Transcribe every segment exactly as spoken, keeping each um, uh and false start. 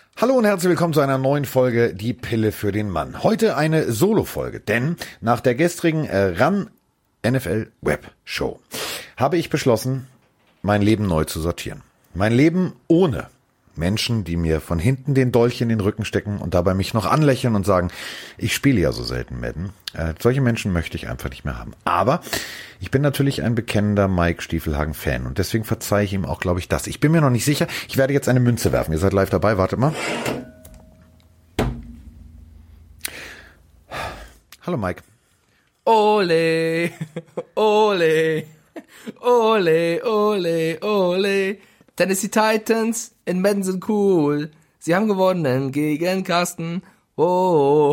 Hallo und herzlich willkommen zu einer neuen Folge Die Pille für den Mann. Heute eine Solo-Folge, denn nach der gestrigen äh, Run N F L Web Show habe ich beschlossen, mein Leben neu zu sortieren. Mein Leben ohne Menschen, die mir von hinten den Dolch in den Rücken stecken und dabei mich noch anlächeln und sagen, ich spiele ja so selten Madden. Äh, solche Menschen möchte ich einfach nicht mehr haben. Aber ich bin natürlich ein bekennender Mike Stiefelhagen-Fan und deswegen verzeihe ich ihm auch, glaube ich, das. Ich bin mir noch nicht sicher. Ich werde jetzt eine Münze werfen. Ihr seid live dabei. Wartet mal. Hallo Mike. Ole, ole, ole, ole, ole. Tennessee Titans in Madden sind cool. Sie haben gewonnen gegen Carsten. Oh.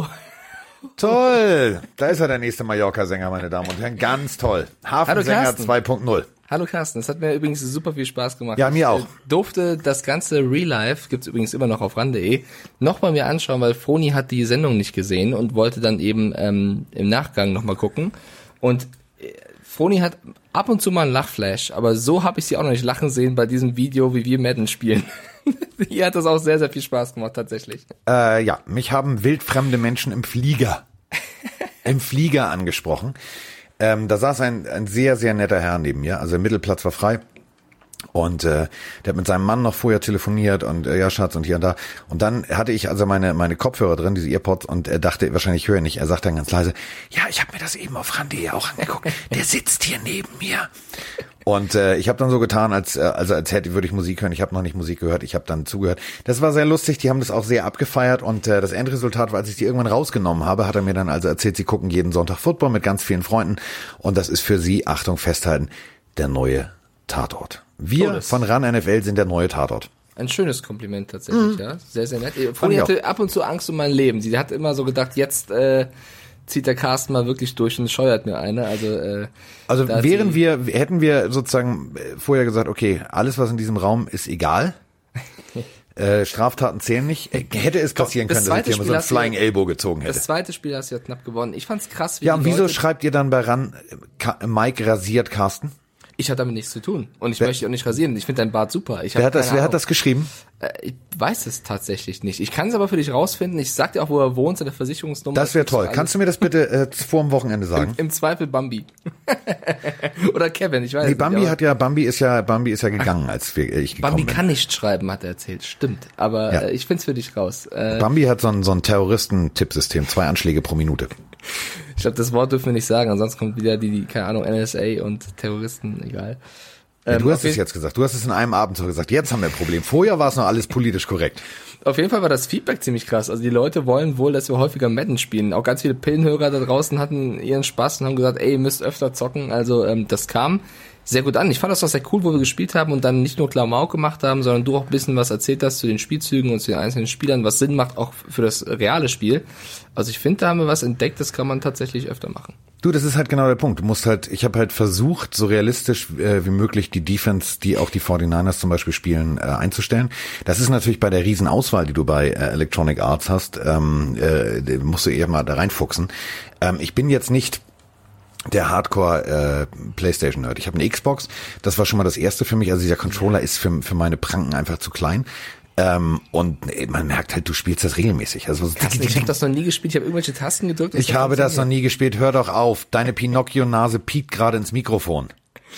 Toll. Da ist er, der nächste Mallorca-Sänger, meine Damen und Herren. Ganz toll. Hafensänger zwei Punkt null. Hallo Carsten, es hat mir übrigens super viel Spaß gemacht. Ja, mir auch. Ich durfte das ganze Real Life, gibt's übrigens immer noch auf ran punkt de, nochmal mir anschauen, weil Froni hat die Sendung nicht gesehen und wollte dann eben ähm, im Nachgang nochmal gucken. Und äh, Froni hat ab und zu mal einen Lachflash, aber so habe ich sie auch noch nicht lachen sehen bei diesem Video, wie wir Madden spielen. Ihr hat das auch sehr, sehr viel Spaß gemacht, tatsächlich. Äh, ja, mich haben wildfremde Menschen im Flieger, im Flieger angesprochen. Ähm, da saß ein, ein sehr, sehr netter Herr neben mir, also der Mittelplatz war frei. Und äh, der hat mit seinem Mann noch vorher telefoniert und äh, ja, Schatz und hier und da. Und dann hatte ich also meine meine Kopfhörer drin, diese Earpods, und er dachte, wahrscheinlich höre ich nicht. Er sagt dann ganz leise, ja, ich habe mir das eben auf ran punkt de auch angeguckt. Der sitzt hier neben mir. Und äh, ich habe dann so getan, als äh, also als hätte würde ich Musik hören. Ich habe noch nicht Musik gehört, ich habe dann zugehört. Das war sehr lustig, die haben das auch sehr abgefeiert. Und äh, das Endresultat war, als ich die irgendwann rausgenommen habe, hat er mir dann also erzählt, sie gucken jeden Sonntag Football mit ganz vielen Freunden. Und das ist für sie, Achtung, festhalten, der neue Tatort. Wir oh, von Run N F L sind der neue Tatort. Ein schönes Kompliment tatsächlich, mhm. ja. Sehr, sehr nett. Froni hatte ab und zu Angst um mein Leben. Sie hat immer so gedacht, jetzt äh, zieht der Carsten mal wirklich durch und scheuert mir eine. Also, äh, also wären wir, hätten wir sozusagen vorher gesagt, okay, alles was in diesem Raum ist egal. äh, Straftaten zählen nicht. Äh, hätte es passieren können, dass ich dir mal so ein Flying Elbow gezogen hätte. Das zweite Spiel hast du ja knapp gewonnen. Ich fand's krass, wie Ja, und wieso Leute schreibt ihr dann bei Run, Mike rasiert Carsten? Ich hatte damit nichts zu tun. Und ich wer, möchte dich auch nicht rasieren. Ich finde deinen Bart super. Ich wer hat das, wer hat das geschrieben? Äh, ich weiß es tatsächlich nicht. Ich kann es aber für dich rausfinden. Ich sag dir auch, wo er wohnt, seine Versicherungsnummer. Das wäre toll. Kannst du mir das bitte äh, vor dem Wochenende sagen? Im, im Zweifel Bambi. Oder Kevin, ich weiß nee, nicht. Bambi hat ja, Bambi ist ja, Bambi ist ja gegangen, als wir, ich gekommen Bambi bin. kann nicht schreiben, hat er erzählt. Stimmt. Aber ja. äh, ich find's für dich raus. Äh, Bambi hat so ein, so ein Terroristen-Tippsystem. Zwei Anschläge pro Minute. Ich glaube, das Wort dürfen wir nicht sagen. Ansonsten kommt wieder die, die keine Ahnung, N S A und Terroristen, egal. Ja, du hast es jetzt gesagt. Du hast es in einem Abend so gesagt. Jetzt haben wir ein Problem. Vorher war es noch alles politisch korrekt. Auf jeden Fall war das Feedback ziemlich krass. Also die Leute wollen wohl, dass wir häufiger Madden spielen. Auch ganz viele Pillenhörer da draußen hatten ihren Spaß und haben gesagt, ey, ihr müsst öfter zocken. Also ähm, das kam sehr gut an. Ich fand das auch sehr cool, wo wir gespielt haben und dann nicht nur Klamauk gemacht haben, sondern du auch ein bisschen was erzählt hast zu den Spielzügen und zu den einzelnen Spielern, was Sinn macht auch für das reale Spiel. Also ich finde, da haben wir was entdeckt, das kann man tatsächlich öfter machen. Du, das ist halt genau der Punkt. Du musst halt, ich habe halt versucht, so realistisch äh, wie möglich die Defense, die auch die forty-niners zum Beispiel spielen, äh, einzustellen. Das ist natürlich bei der riesen Auswahl, die du bei äh, Electronic Arts hast, ähm, äh, musst du eher mal da reinfuchsen. Ähm, ich bin jetzt nicht der Hardcore äh, PlayStation-Nerd. Ich habe eine Xbox, das war schon mal das erste für mich. Also dieser Controller ist für, für meine Pranken einfach zu klein. Ähm, und ey, man merkt halt, du spielst das regelmäßig. Also Carsten, ich habe das noch nie gespielt, ich habe irgendwelche Tasten gedrückt. Ich habe das noch nie gespielt, hör doch auf. Deine Pinocchio-Nase piekt gerade ins Mikrofon.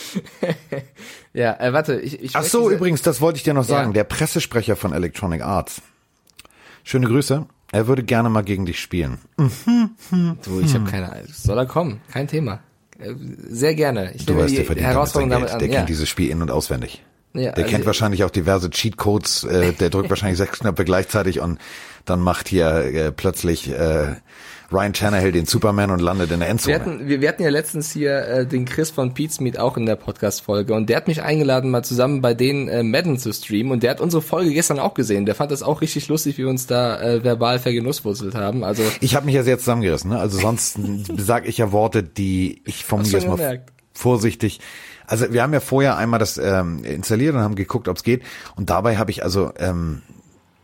ja, äh, warte. Ich, ich Ach so, übrigens, das wollte ich dir noch sagen. Ja. Der Pressesprecher von Electronic Arts. Schöne Grüße. Er würde gerne mal gegen dich spielen. Du, ich habe keine Ahnung. Soll er kommen? Kein Thema. Sehr gerne. Ich du weißt, der verdient Herausforderung damit, damit der an. kennt ja. dieses Spiel in- und auswendig. Ja, der also kennt wahrscheinlich auch diverse Cheatcodes, äh, der drückt wahrscheinlich sechs Knöpfe gleichzeitig und dann macht hier äh, plötzlich äh, Ryan Tannehill den Superman und landet in der Endzone. Wir hatten, wir, wir hatten ja letztens hier äh, den Chris von Pete's Meat auch in der Podcast-Folge und der hat mich eingeladen, mal zusammen bei denen äh, Madden zu streamen und der hat unsere Folge gestern auch gesehen. Der fand das auch richtig lustig, wie wir uns da äh, verbal vergenusswurzelt haben. Also ich habe mich ja sehr zusammengerissen, ne? Also sonst sage ich ja Worte, die ich von mir erstmal vorsichtig. Also wir haben ja vorher einmal das ähm, installiert und haben geguckt, ob es geht. Und dabei habe ich also ähm,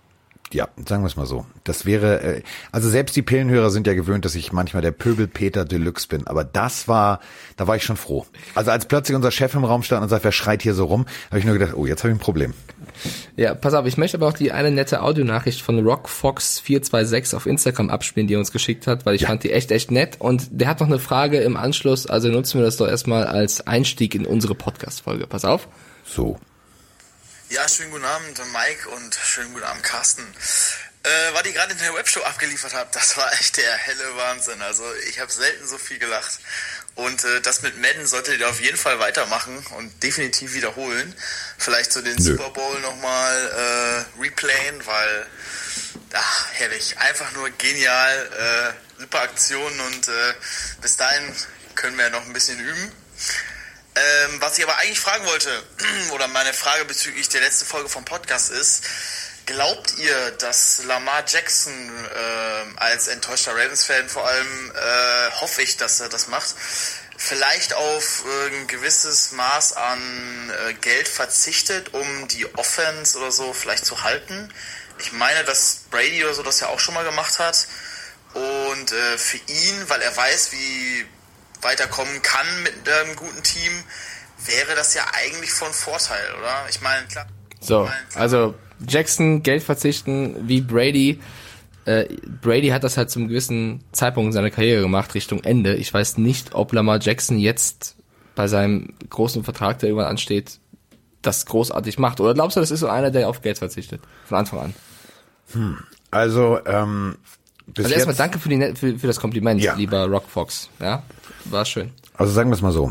Ja, sagen wir es mal so. Das wäre, äh, also selbst die Pillenhörer sind ja gewöhnt, dass ich manchmal der Pöbelpeter Deluxe bin. Aber das war, da war ich schon froh. Also als plötzlich unser Chef im Raum stand und sagt, wer schreit hier so rum, habe ich nur gedacht, oh, jetzt habe ich ein Problem. Ja, pass auf, ich möchte aber auch die eine nette Audionachricht von rockfox vier zwei sechs auf Instagram abspielen, die er uns geschickt hat, weil ich ja. fand die echt, echt nett. Und der hat noch eine Frage im Anschluss, also nutzen wir das doch erstmal als Einstieg in unsere Podcast-Folge. Pass auf. So. Ja, schönen guten Abend, Mike, und schönen guten Abend, Carsten. Äh, was ich gerade in der Webshow abgeliefert habe, das war echt der helle Wahnsinn. Also ich habe selten so viel gelacht. Und äh, das mit Madden solltet ihr auf jeden Fall weitermachen und definitiv wiederholen. Vielleicht so den Nö. Super Bowl nochmal äh, replayen, weil, ach, herrlich, einfach nur genial, äh, super Aktionen und äh, bis dahin können wir ja noch ein bisschen üben. Ähm, was ich aber eigentlich fragen wollte, oder meine Frage bezüglich der letzten Folge vom Podcast ist, glaubt ihr, dass Lamar Jackson äh, als enttäuschter Ravens-Fan vor allem, äh, hoffe ich, dass er das macht, vielleicht auf äh, ein gewisses Maß an äh, Geld verzichtet, um die Offense oder so vielleicht zu halten? Ich meine, dass Brady oder so das ja auch schon mal gemacht hat. Und äh, für ihn, weil er weiß, wie weiterkommen kann mit einem guten Team, wäre das ja eigentlich von Vorteil, oder? Ich meine, klar. So, ich mein, klar. Also Jackson, Geld verzichten, wie Brady. Äh, Brady hat das halt zum gewissen Zeitpunkt in seiner Karriere gemacht, Richtung Ende. Ich weiß nicht, ob Lamar Jackson jetzt bei seinem großen Vertrag, der irgendwann ansteht, das großartig macht. Oder glaubst du, das ist so einer, der auf Geld verzichtet? Von Anfang an. Hm. Also, ähm, bis also erstmal jetzt, danke für, die, für, für das Kompliment, ja. lieber Rockfox. Ja, war schön. Also sagen wir es mal so.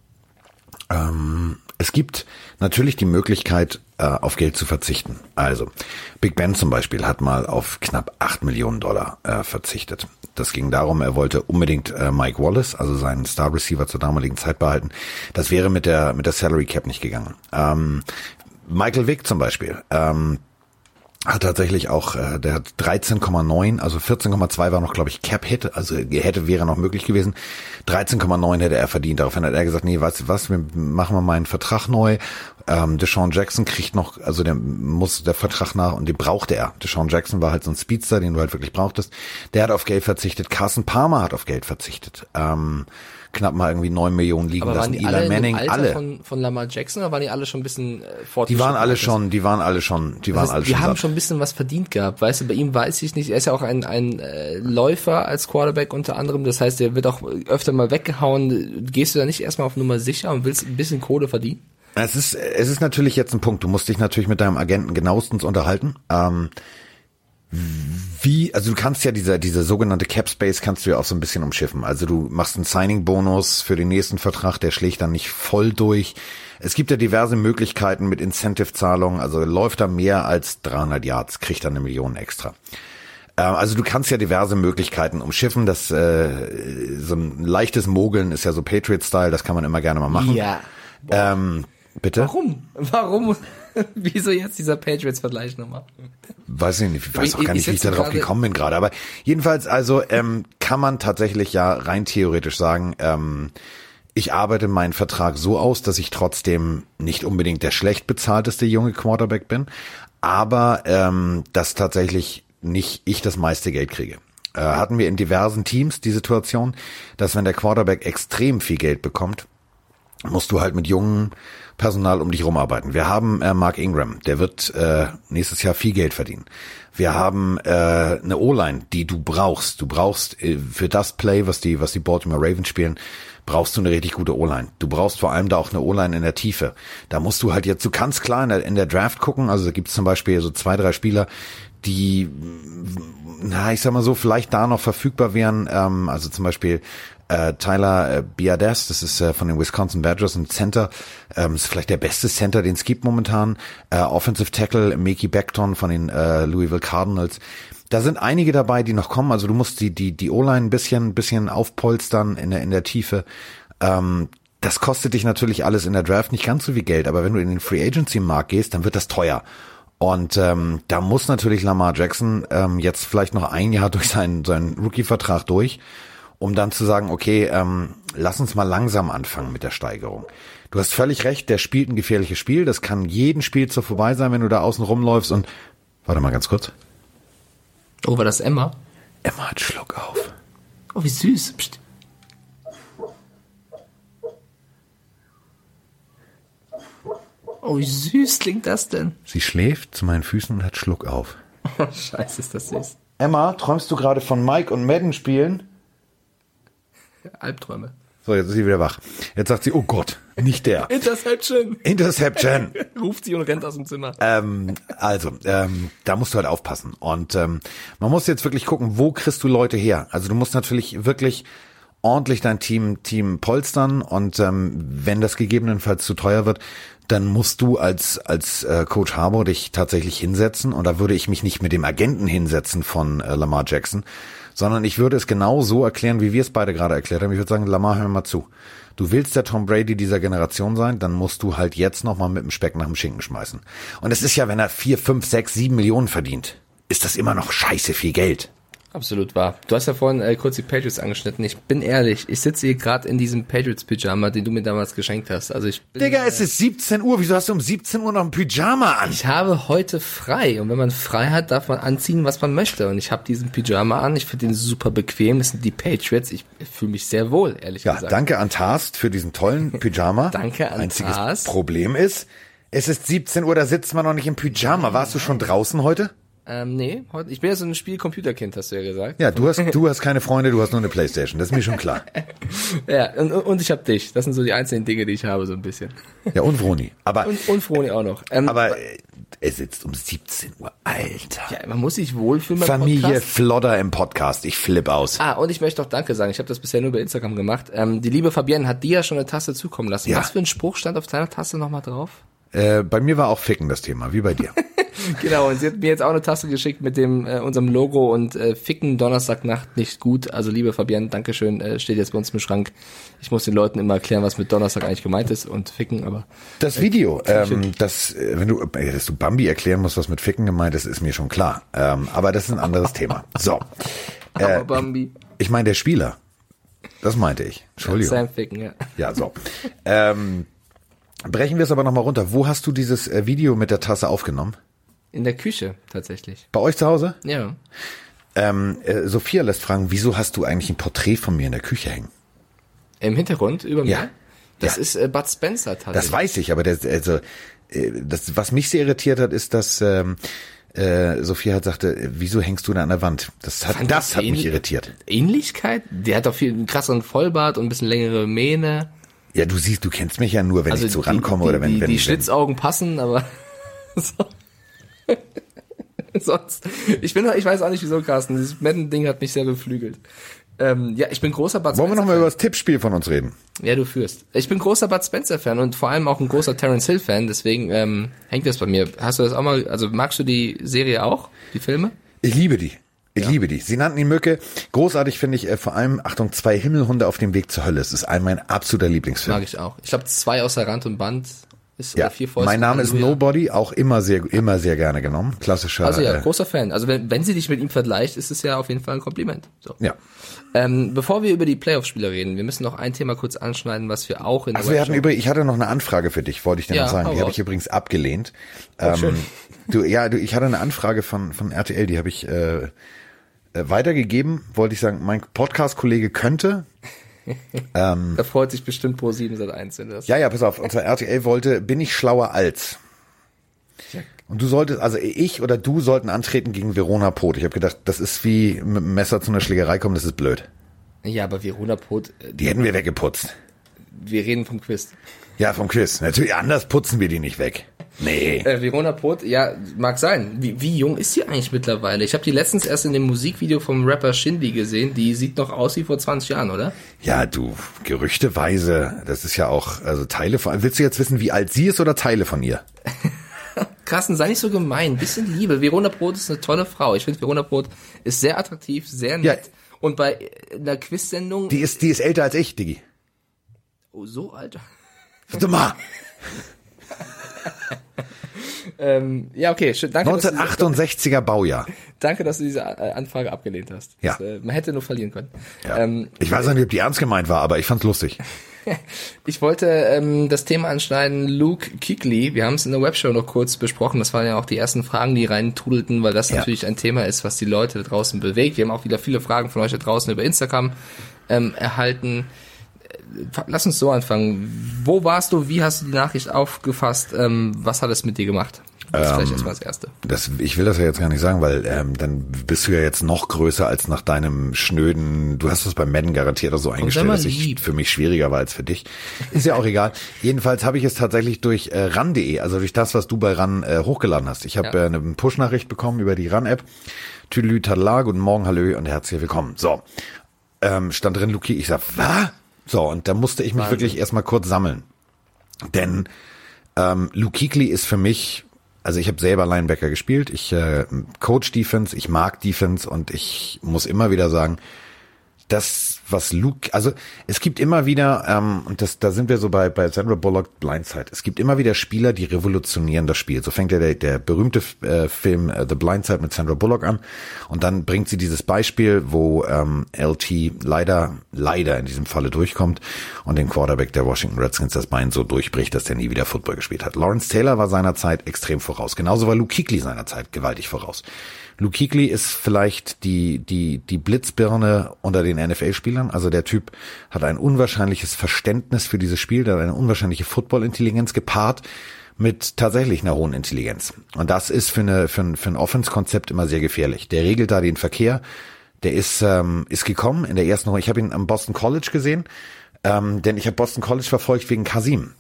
Ähm, es gibt natürlich die Möglichkeit, äh, auf Geld zu verzichten. Also Big Ben zum Beispiel hat mal auf knapp acht Millionen Dollar äh, verzichtet. Das ging darum, er wollte unbedingt äh, Mike Wallace, also seinen Star Receiver zur damaligen Zeit behalten. Das wäre mit der mit der Salary Cap nicht gegangen. Ähm, Michael Vick zum Beispiel, ähm, hat tatsächlich auch, äh, der hat dreizehn Komma neun, also vierzehn Komma zwei war noch, glaube ich, Cap-Hit, also hätte, wäre noch möglich gewesen. dreizehn Komma neun hätte er verdient. Daraufhin hat er gesagt, nee, weißt du was, wir machen wir mal einen Vertrag neu. Ähm, Deshaun Jackson kriegt noch, also der muss der Vertrag nach und den brauchte er. Deshaun Jackson war halt so ein Speedster, den du halt wirklich brauchtest. Der hat auf Geld verzichtet. Carson Palmer hat auf Geld verzichtet. Ähm, knapp mal irgendwie neun Millionen liegen aber lassen. Waren die Eli alle Manning, Alter alle. Von, von Lamar Jackson, oder waren die alle schon ein bisschen äh, fortgeschritten? Die waren alle schon, die waren alle schon, die das waren heißt, alle die schon. haben satt. schon ein bisschen was verdient gehabt, weißt du, bei ihm weiß ich nicht, er ist ja auch ein, ein äh, Läufer als Quarterback unter anderem, das heißt, er wird auch öfter mal weggehauen. Gehst du da nicht erstmal auf Nummer sicher und willst ein bisschen Kohle verdienen? Es ist, es ist natürlich jetzt ein Punkt, du musst dich natürlich mit deinem Agenten genauestens unterhalten. Ähm, Wie, also du kannst ja diese, diese sogenannte Cap Space kannst du ja auch so ein bisschen umschiffen. Also du machst einen Signing-Bonus für den nächsten Vertrag, der schlägt dann nicht voll durch. Es gibt ja diverse Möglichkeiten mit Incentive-Zahlungen, also läuft da mehr als dreihundert Yards, kriegt dann eine Million extra. Also du kannst ja diverse Möglichkeiten umschiffen. Das äh, so ein leichtes Mogeln ist ja so Patriot-Style, das kann man immer gerne mal machen. Ja. Ähm, bitte? Warum? Warum? Wieso jetzt dieser Patriots-Vergleich nochmal? Weiß ich nicht, ich weiß auch gar Ich- nicht, wie ich ich da sitze drauf gerade- gekommen bin gerade. Aber jedenfalls, also ähm, kann man tatsächlich ja rein theoretisch sagen, ähm, ich arbeite meinen Vertrag so aus, dass ich trotzdem nicht unbedingt der schlecht bezahlteste junge Quarterback bin, aber ähm, dass tatsächlich nicht ich das meiste Geld kriege. Äh, hatten wir in diversen Teams die Situation, dass wenn der Quarterback extrem viel Geld bekommt, musst du halt mit jungen Personal um dich rumarbeiten. Wir haben äh, Mark Ingram, der wird äh, nächstes Jahr viel Geld verdienen. Wir haben äh, eine O-Line, die du brauchst. Du brauchst äh, für das Play, was die was die Baltimore Ravens spielen, brauchst du eine richtig gute O-Line. Du brauchst vor allem da auch eine O-Line in der Tiefe. Da musst du halt jetzt, du kannst klar in der, in der Draft gucken, also da gibt's zum Beispiel so zwei, drei Spieler, die, na, ich sag mal so, vielleicht da noch verfügbar wären, ähm, also zum Beispiel äh, Tyler äh, Biadasz, das ist äh, von den Wisconsin Badgers, ein Center, ähm, ist vielleicht der beste Center, den es gibt momentan, äh, Offensive Tackle, Mickey Beckton von den äh, Louisville Cardinals. Da sind einige dabei, die noch kommen, also du musst die die die O-Line ein bisschen bisschen aufpolstern in der in der Tiefe. Ähm, das kostet dich natürlich alles in der Draft nicht ganz so viel Geld, aber wenn du in den Free Agency Markt gehst, dann wird das teuer. Und ähm, da muss natürlich Lamar Jackson ähm, jetzt vielleicht noch ein Jahr durch seinen, seinen Rookie-Vertrag durch, um dann zu sagen, okay, ähm, lass uns mal langsam anfangen mit der Steigerung. Du hast völlig recht, der spielt ein gefährliches Spiel. Das kann jeden Spiel so vorbei sein, wenn du da außen rumläufst und, warte mal ganz kurz. Oh, war das Emma? Emma hat Schluck auf. Oh, wie süß. Psst. Oh, wie süß klingt das denn? Sie schläft zu meinen Füßen und hat Schluck auf. Oh, scheiße, ist das süß. Emma, träumst du gerade von Mike und Madden spielen? Albträume. So, jetzt ist sie wieder wach. Jetzt sagt sie, oh Gott, nicht der. Interception. Interception. Ruft sie und rennt aus dem Zimmer. Ähm, also, ähm, da musst du halt aufpassen. Und ähm, man muss jetzt wirklich gucken, wo kriegst du Leute her? Also du musst natürlich wirklich ordentlich dein Team Team polstern und ähm, wenn das gegebenenfalls zu teuer wird, dann musst du als als äh, Coach Harbaugh dich tatsächlich hinsetzen und da würde ich mich nicht mit dem Agenten hinsetzen von äh, Lamar Jackson, sondern ich würde es genau so erklären, wie wir es beide gerade erklärt haben. Ich würde sagen, Lamar, hör mir mal zu. Du willst der Tom Brady dieser Generation sein, dann musst du halt jetzt nochmal mit dem Speck nach dem Schinken schmeißen. Und es ist ja, wenn er vier, fünf, sechs, sieben Millionen verdient, ist das immer noch scheiße viel Geld. Absolut wahr. Du hast ja vorhin äh, kurz die Patriots angeschnitten. Ich bin ehrlich, ich sitze hier gerade in diesem Patriots-Pyjama, den du mir damals geschenkt hast. Also ich bin, Digga, es ist siebzehn Uhr. Wieso hast du um siebzehn Uhr noch ein Pyjama an? Ich habe heute frei. Und wenn man frei hat, darf man anziehen, was man möchte. Und ich habe diesen Pyjama an. Ich finde den super bequem. Das sind die Patriots. Ich fühle mich sehr wohl, ehrlich Ja, gesagt. danke an Tast für diesen tollen Pyjama. Danke an Einziges Tast. Problem ist, es ist siebzehn Uhr, da sitzt man noch nicht im Pyjama. Warst du schon draußen heute? Ähm, nee, heute, ich bin ja so ein Spiel-Computerkind, hast du ja gesagt. Ja, du hast, du hast keine Freunde, du hast nur eine Playstation. Das ist mir schon klar. Ja, und, und ich habe dich. Das sind so die einzelnen Dinge, die ich habe, so ein bisschen. Ja, und Vroni. Aber, Und, und Froni auch noch. Ähm, aber äh, er sitzt um siebzehn Uhr. Alter. ja, man muss sich wohlfühlen beim Familie Podcast. Flodder im Podcast. Ich flipp aus. Ah, und ich möchte auch Danke sagen. Ich habe das bisher nur über Instagram gemacht. Ähm, die liebe Fabienne hat dir ja schon eine Tasse zukommen lassen. Ja. Was für ein Spruch stand auf deiner Tasse nochmal drauf? Äh, bei mir war auch Ficken das Thema, wie bei dir. Genau, und sie hat mir jetzt auch eine Tasse geschickt mit dem äh, unserem Logo und äh, Ficken Donnerstagnacht nicht gut. Also liebe Fabienne, Dankeschön, äh, steht jetzt bei uns im Schrank. Ich muss den Leuten immer erklären, was mit Donnerstag eigentlich gemeint ist und Ficken, aber... Das Video, ähm, das, äh, wenn du, äh, dass du Bambi erklären musst, was mit Ficken gemeint ist, ist mir schon klar. Ähm, aber das ist ein anderes Thema. So. Äh, aber Bambi. Ich meine, der Spieler. Das meinte ich. Entschuldigung. Sam Ficken, ja. Ja, so. ähm, brechen wir es aber nochmal runter. Wo hast du dieses äh, Video mit der Tasse aufgenommen? In der Küche, tatsächlich. Bei euch zu Hause? Ja. Ähm, äh, Sophia lässt fragen, wieso hast du eigentlich ein Porträt von mir in der Küche hängen? Im Hintergrund, über mir? Ja. Das Ja. ist äh, Bud Spencer tatsächlich. Das weiß ich, aber der, also, äh, das, was mich sehr irritiert hat, ist, dass ähm, äh, Sophia halt sagte, äh, wieso hängst du da an der Wand? Das hat, Fand das das hat mich ähnlich- irritiert. Ähnlichkeit? Der hat doch viel einen krasseren Vollbart und ein bisschen längere Mähne. Ja, du siehst, du kennst mich ja nur, wenn ich zu die- rankomme die, oder wenn, die, wenn, die wenn Schlitzaugen passen, aber so. Sonst, ich bin, ich weiß auch nicht wieso, Carsten. Dieses Madden-Ding hat mich sehr beflügelt. Ähm, ja, ich bin großer Bud Wollen wir Spencer. nochmal über das Tippspiel von uns reden? Ja, du führst. Ich bin großer Bud Spencer-Fan und vor allem auch ein großer Terence Hill-Fan, deswegen ähm, hängt das bei mir. Hast du das auch mal, also magst du die Serie auch, die Filme? Ich liebe die. Ich liebe die. Sie nannten ihn Mücke. Großartig finde ich äh, vor allem, Achtung, zwei Himmelhunde auf dem Weg zur Hölle. Es ist ein mein absoluter Lieblingsfilm. Mag ich auch. Ich glaube, zwei außer Rand und Band ist Ja, oder vier Fäuste. mein Name ist Halleluja. Nobody, auch immer sehr, immer sehr gerne genommen. Klassischer. Also ja, äh, großer Fan. Also wenn, wenn sie dich mit ihm vergleicht, ist es ja auf jeden Fall ein Kompliment. So. ja. Ähm, bevor wir über die Playoff-Spieler reden, wir müssen noch ein Thema kurz anschneiden, was wir auch in der Also wir hatten Webshow- über, ich hatte noch eine Anfrage für dich, wollte ich dir Ja, noch sagen. hau Die habe raus. ich übrigens abgelehnt. schön. Ähm, du, ja, du, ich hatte eine Anfrage von von R T L, die habe ich äh, äh, weitergegeben. Wollte ich sagen, mein Podcast-Kollege könnte. Da freut sich bestimmt Pro sieben Sat eins, wenn du das. Ja, ja, pass auf. Unser R T L wollte, bin ich schlauer als? Ja. Und du solltest, also ich oder du sollten antreten gegen Verona Pot. Ich habe gedacht, das ist wie mit dem Messer zu einer Schlägerei kommen, das ist blöd. Ja, aber Verona Pot, äh, Die hätten wir weggeputzt. wir reden vom Quiz. Ja, vom Quiz. Natürlich, anders putzen wir die nicht weg. Nee. Äh, Verona Pot, ja, mag sein. Wie, wie jung ist sie eigentlich mittlerweile? Ich habe die letztens erst in dem Musikvideo vom Rapper Shindy gesehen. Die sieht noch aus wie vor zwanzig Jahren, oder? Ja, du, gerüchteweise, das ist ja auch, also Teile von, willst du jetzt wissen, wie alt sie ist oder Teile von ihr? Carsten, sei nicht so gemein. Bisschen Liebe. Verona Pot ist eine tolle Frau. Ich finde, Verona Pot ist sehr attraktiv, sehr nett. Ja. Und bei einer Quiz-Sendung... Die ist, die ist älter als ich, Diggi. Oh, so, Alter. Warte mal. Ähm, ja, okay. Schön, danke, dass du, neunzehnhundertachtundsechziger Baujahr. danke, dass du diese äh, Anfrage abgelehnt hast. Ja. Das, äh, man hätte nur verlieren können. Ja. Ähm, Ich weiß nicht, ob die ernst gemeint war, aber ich fand's lustig. Ich wollte ähm, das Thema anschneiden, Luke Kuechly. Wir haben es in der Webshow noch kurz besprochen. Das waren ja auch die ersten Fragen, die reintrudelten, weil das ja. natürlich ein Thema ist, was die Leute da draußen bewegt. Wir haben auch wieder viele Fragen von euch da draußen über Instagram ähm, erhalten. Lass uns so anfangen. Wo warst du? Wie hast du die Nachricht aufgefasst? Ähm, was hat es mit dir gemacht? Das ist ähm, vielleicht erstmal das Erste. Das, ich will das ja jetzt gar nicht sagen, weil ähm, dann bist du ja jetzt noch größer als nach deinem schnöden, du hast das beim Madden garantiert oder so eingestellt, dass ich für mich schwieriger war als für dich. Ist ja auch egal. Jedenfalls habe ich es tatsächlich durch äh, ran punkt de, also durch das, was du bei ran äh, hochgeladen hast. Ich habe ja. äh, eine Push-Nachricht bekommen über die Ran-App. Tüdelü, tadala, guten Morgen, hallö und herzlich willkommen. So, ähm, stand drin, Luki, ich sag, was? So, und da musste ich mich Wahnsinn. wirklich erstmal kurz sammeln. Denn ähm, Luke Kuechly ist für mich, also ich habe selber Linebacker gespielt, ich äh, coach Defense, ich mag Defense und ich muss immer wieder sagen, das, was Luke, also es gibt immer wieder, ähm, und das, da sind wir so bei bei Sandra Bullock Blindside, es gibt immer wieder Spieler, die revolutionieren das Spiel. So fängt ja der, der berühmte äh, Film äh, The Blind Side mit Sandra Bullock an und dann bringt sie dieses Beispiel, wo ähm, L T leider, leider in diesem Falle durchkommt und den Quarterback der Washington Redskins das Bein so durchbricht, dass der nie wieder Football gespielt hat. Lawrence Taylor war seinerzeit extrem voraus. Genauso war Luke Kuechly seinerzeit gewaltig voraus. Luke Kuechly ist vielleicht die die die Blitzbirne unter den N F L-Spielern. Also der Typ hat ein unwahrscheinliches Verständnis für dieses Spiel, der hat eine unwahrscheinliche Football-Intelligenz gepaart mit tatsächlich einer hohen Intelligenz. Und das ist für eine für ein, für ein Offense-Konzept immer sehr gefährlich. Der regelt da den Verkehr. Der ist ähm, ist gekommen in der ersten Runde. Ich habe ihn am Boston College gesehen, ähm, denn ich habe Boston College verfolgt wegen Kasim.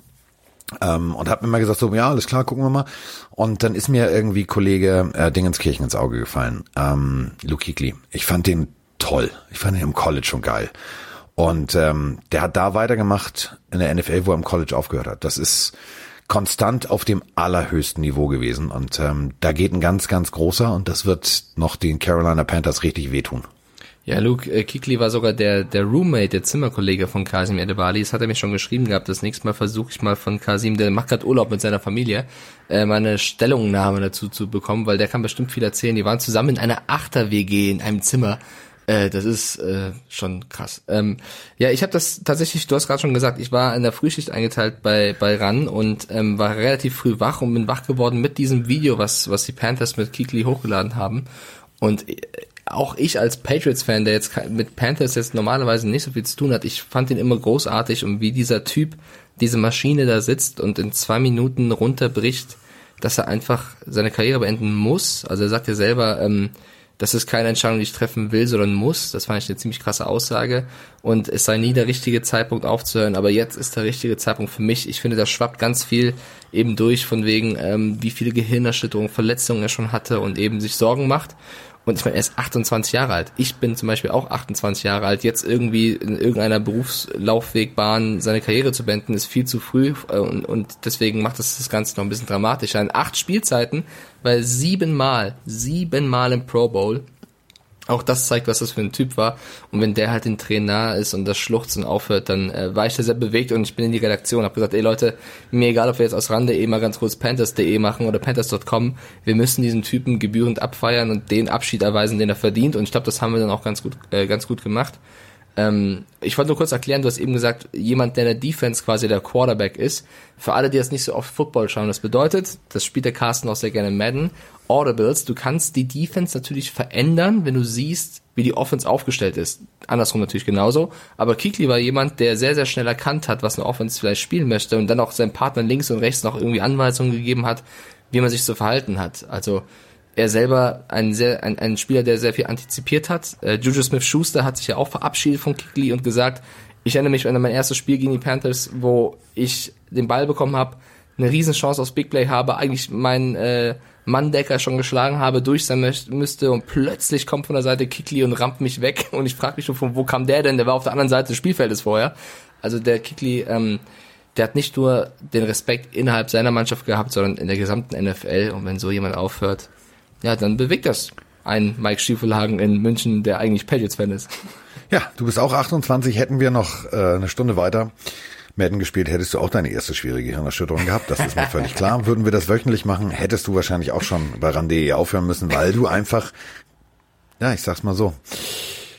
Ähm, und hab mir mal gesagt, so, ja, alles klar, gucken wir mal. Und dann ist mir irgendwie Kollege äh, Dingenskirchen ins Auge gefallen, ähm, Luke Kuechly. Ich fand den toll. Ich fand ihn im College schon geil. Und ähm, der hat da weitergemacht in der N F L, wo er im College aufgehört hat. Das ist konstant auf dem allerhöchsten Niveau gewesen. Und ähm, da geht ein ganz, ganz großer und das wird noch den Carolina Panthers richtig wehtun. Ja, Luke äh, Kuechly war sogar der der Roommate, der Zimmerkollege von Kasim Edebali. Das hat er mir schon geschrieben gehabt. Das nächste Mal versuche ich mal von Kasim, der macht gerade Urlaub mit seiner Familie, äh, mal eine Stellungnahme dazu zu bekommen, weil der kann bestimmt viel erzählen. Die waren zusammen in einer Achter-W G in einem Zimmer. Äh, das ist äh, schon krass. Ähm, ja, ich habe das tatsächlich, du hast gerade schon gesagt, ich war in der Frühschicht eingeteilt bei bei Ran und ähm, war relativ früh wach und bin wach geworden mit diesem Video, was was die Panthers mit Kuechly hochgeladen haben. Und äh, auch ich als Patriots-Fan, der jetzt mit Panthers jetzt normalerweise nicht so viel zu tun hat, ich fand ihn immer großartig und wie dieser Typ diese Maschine da sitzt und in zwei Minuten runterbricht, dass er einfach seine Karriere beenden muss. Also er sagt ja selber, ähm, das ist keine Entscheidung, die ich treffen will, sondern muss. Das fand ich eine ziemlich krasse Aussage. Und es sei nie der richtige Zeitpunkt aufzuhören, aber jetzt ist der richtige Zeitpunkt für mich. Ich finde, da schwappt ganz viel eben durch, von wegen, ähm, wie viele Gehirnerschütterungen, Verletzungen er schon hatte und eben sich Sorgen macht. Und ich meine, er ist achtundzwanzig Jahre alt. Ich bin zum Beispiel auch achtundzwanzig Jahre alt. Jetzt irgendwie in irgendeiner Berufslaufwegbahn seine Karriere zu beenden, ist viel zu früh. Und, und deswegen macht das das Ganze noch ein bisschen dramatischer. In acht Spielzeiten war er siebenmal, siebenmal im Pro Bowl. Auch das zeigt, was das für ein Typ war. Und wenn der halt den Tränen nahe ist und das Schluchzen aufhört, dann äh, war ich da sehr bewegt und ich bin in die Redaktion, habe gesagt, ey Leute, mir egal, ob wir jetzt aus ran punkt de mal ganz kurz Panthers punkt de machen oder Panthers Punkt com, wir müssen diesen Typen gebührend abfeiern und den Abschied erweisen, den er verdient. Und ich glaube, das haben wir dann auch ganz gut, äh, ganz gut gemacht. Ähm, ich wollte nur kurz erklären, du hast eben gesagt, jemand, der in der Defense quasi der Quarterback ist. Für alle, die jetzt nicht so oft Football schauen, das bedeutet, das spielt der Carsten auch sehr gerne in Madden, Audibles, du kannst die Defense natürlich verändern, wenn du siehst, wie die Offense aufgestellt ist. Andersrum natürlich genauso. Aber Kuechly war jemand, der sehr, sehr schnell erkannt hat, was eine Offense vielleicht spielen möchte und dann auch seinem Partner links und rechts noch irgendwie Anweisungen gegeben hat, wie man sich zu verhalten hat. Also er selber ein sehr ein, ein Spieler, der sehr viel antizipiert hat. Äh, Juju Smith-Schuster hat sich ja auch verabschiedet von Kuechly und gesagt, ich erinnere mich an mein erstes Spiel gegen die Panthers, wo ich den Ball bekommen habe, eine Riesenchance aufs Big Play habe, eigentlich meinen äh, Manndecker schon geschlagen habe, durch sein möcht- müsste und plötzlich kommt von der Seite Kuechly und rammt mich weg und ich frage mich schon, von wo kam der denn? Der war auf der anderen Seite des Spielfeldes vorher. Also der Kuechly, ähm, der hat nicht nur den Respekt innerhalb seiner Mannschaft gehabt, sondern in der gesamten N F L und wenn so jemand aufhört, ja, dann bewegt das einen Mike Stiefelhagen in München, der eigentlich Patriots-Fan ist. Ja, du bist auch achtundzwanzig, hätten wir noch äh, eine Stunde weiter Madden gespielt, hättest du auch deine erste schwierige Hirnerschütterung gehabt, das ist mir völlig klar. Würden wir das wöchentlich machen, hättest du wahrscheinlich auch schon bei ran punkt de aufhören müssen, weil du einfach, ja, ich sag's mal so,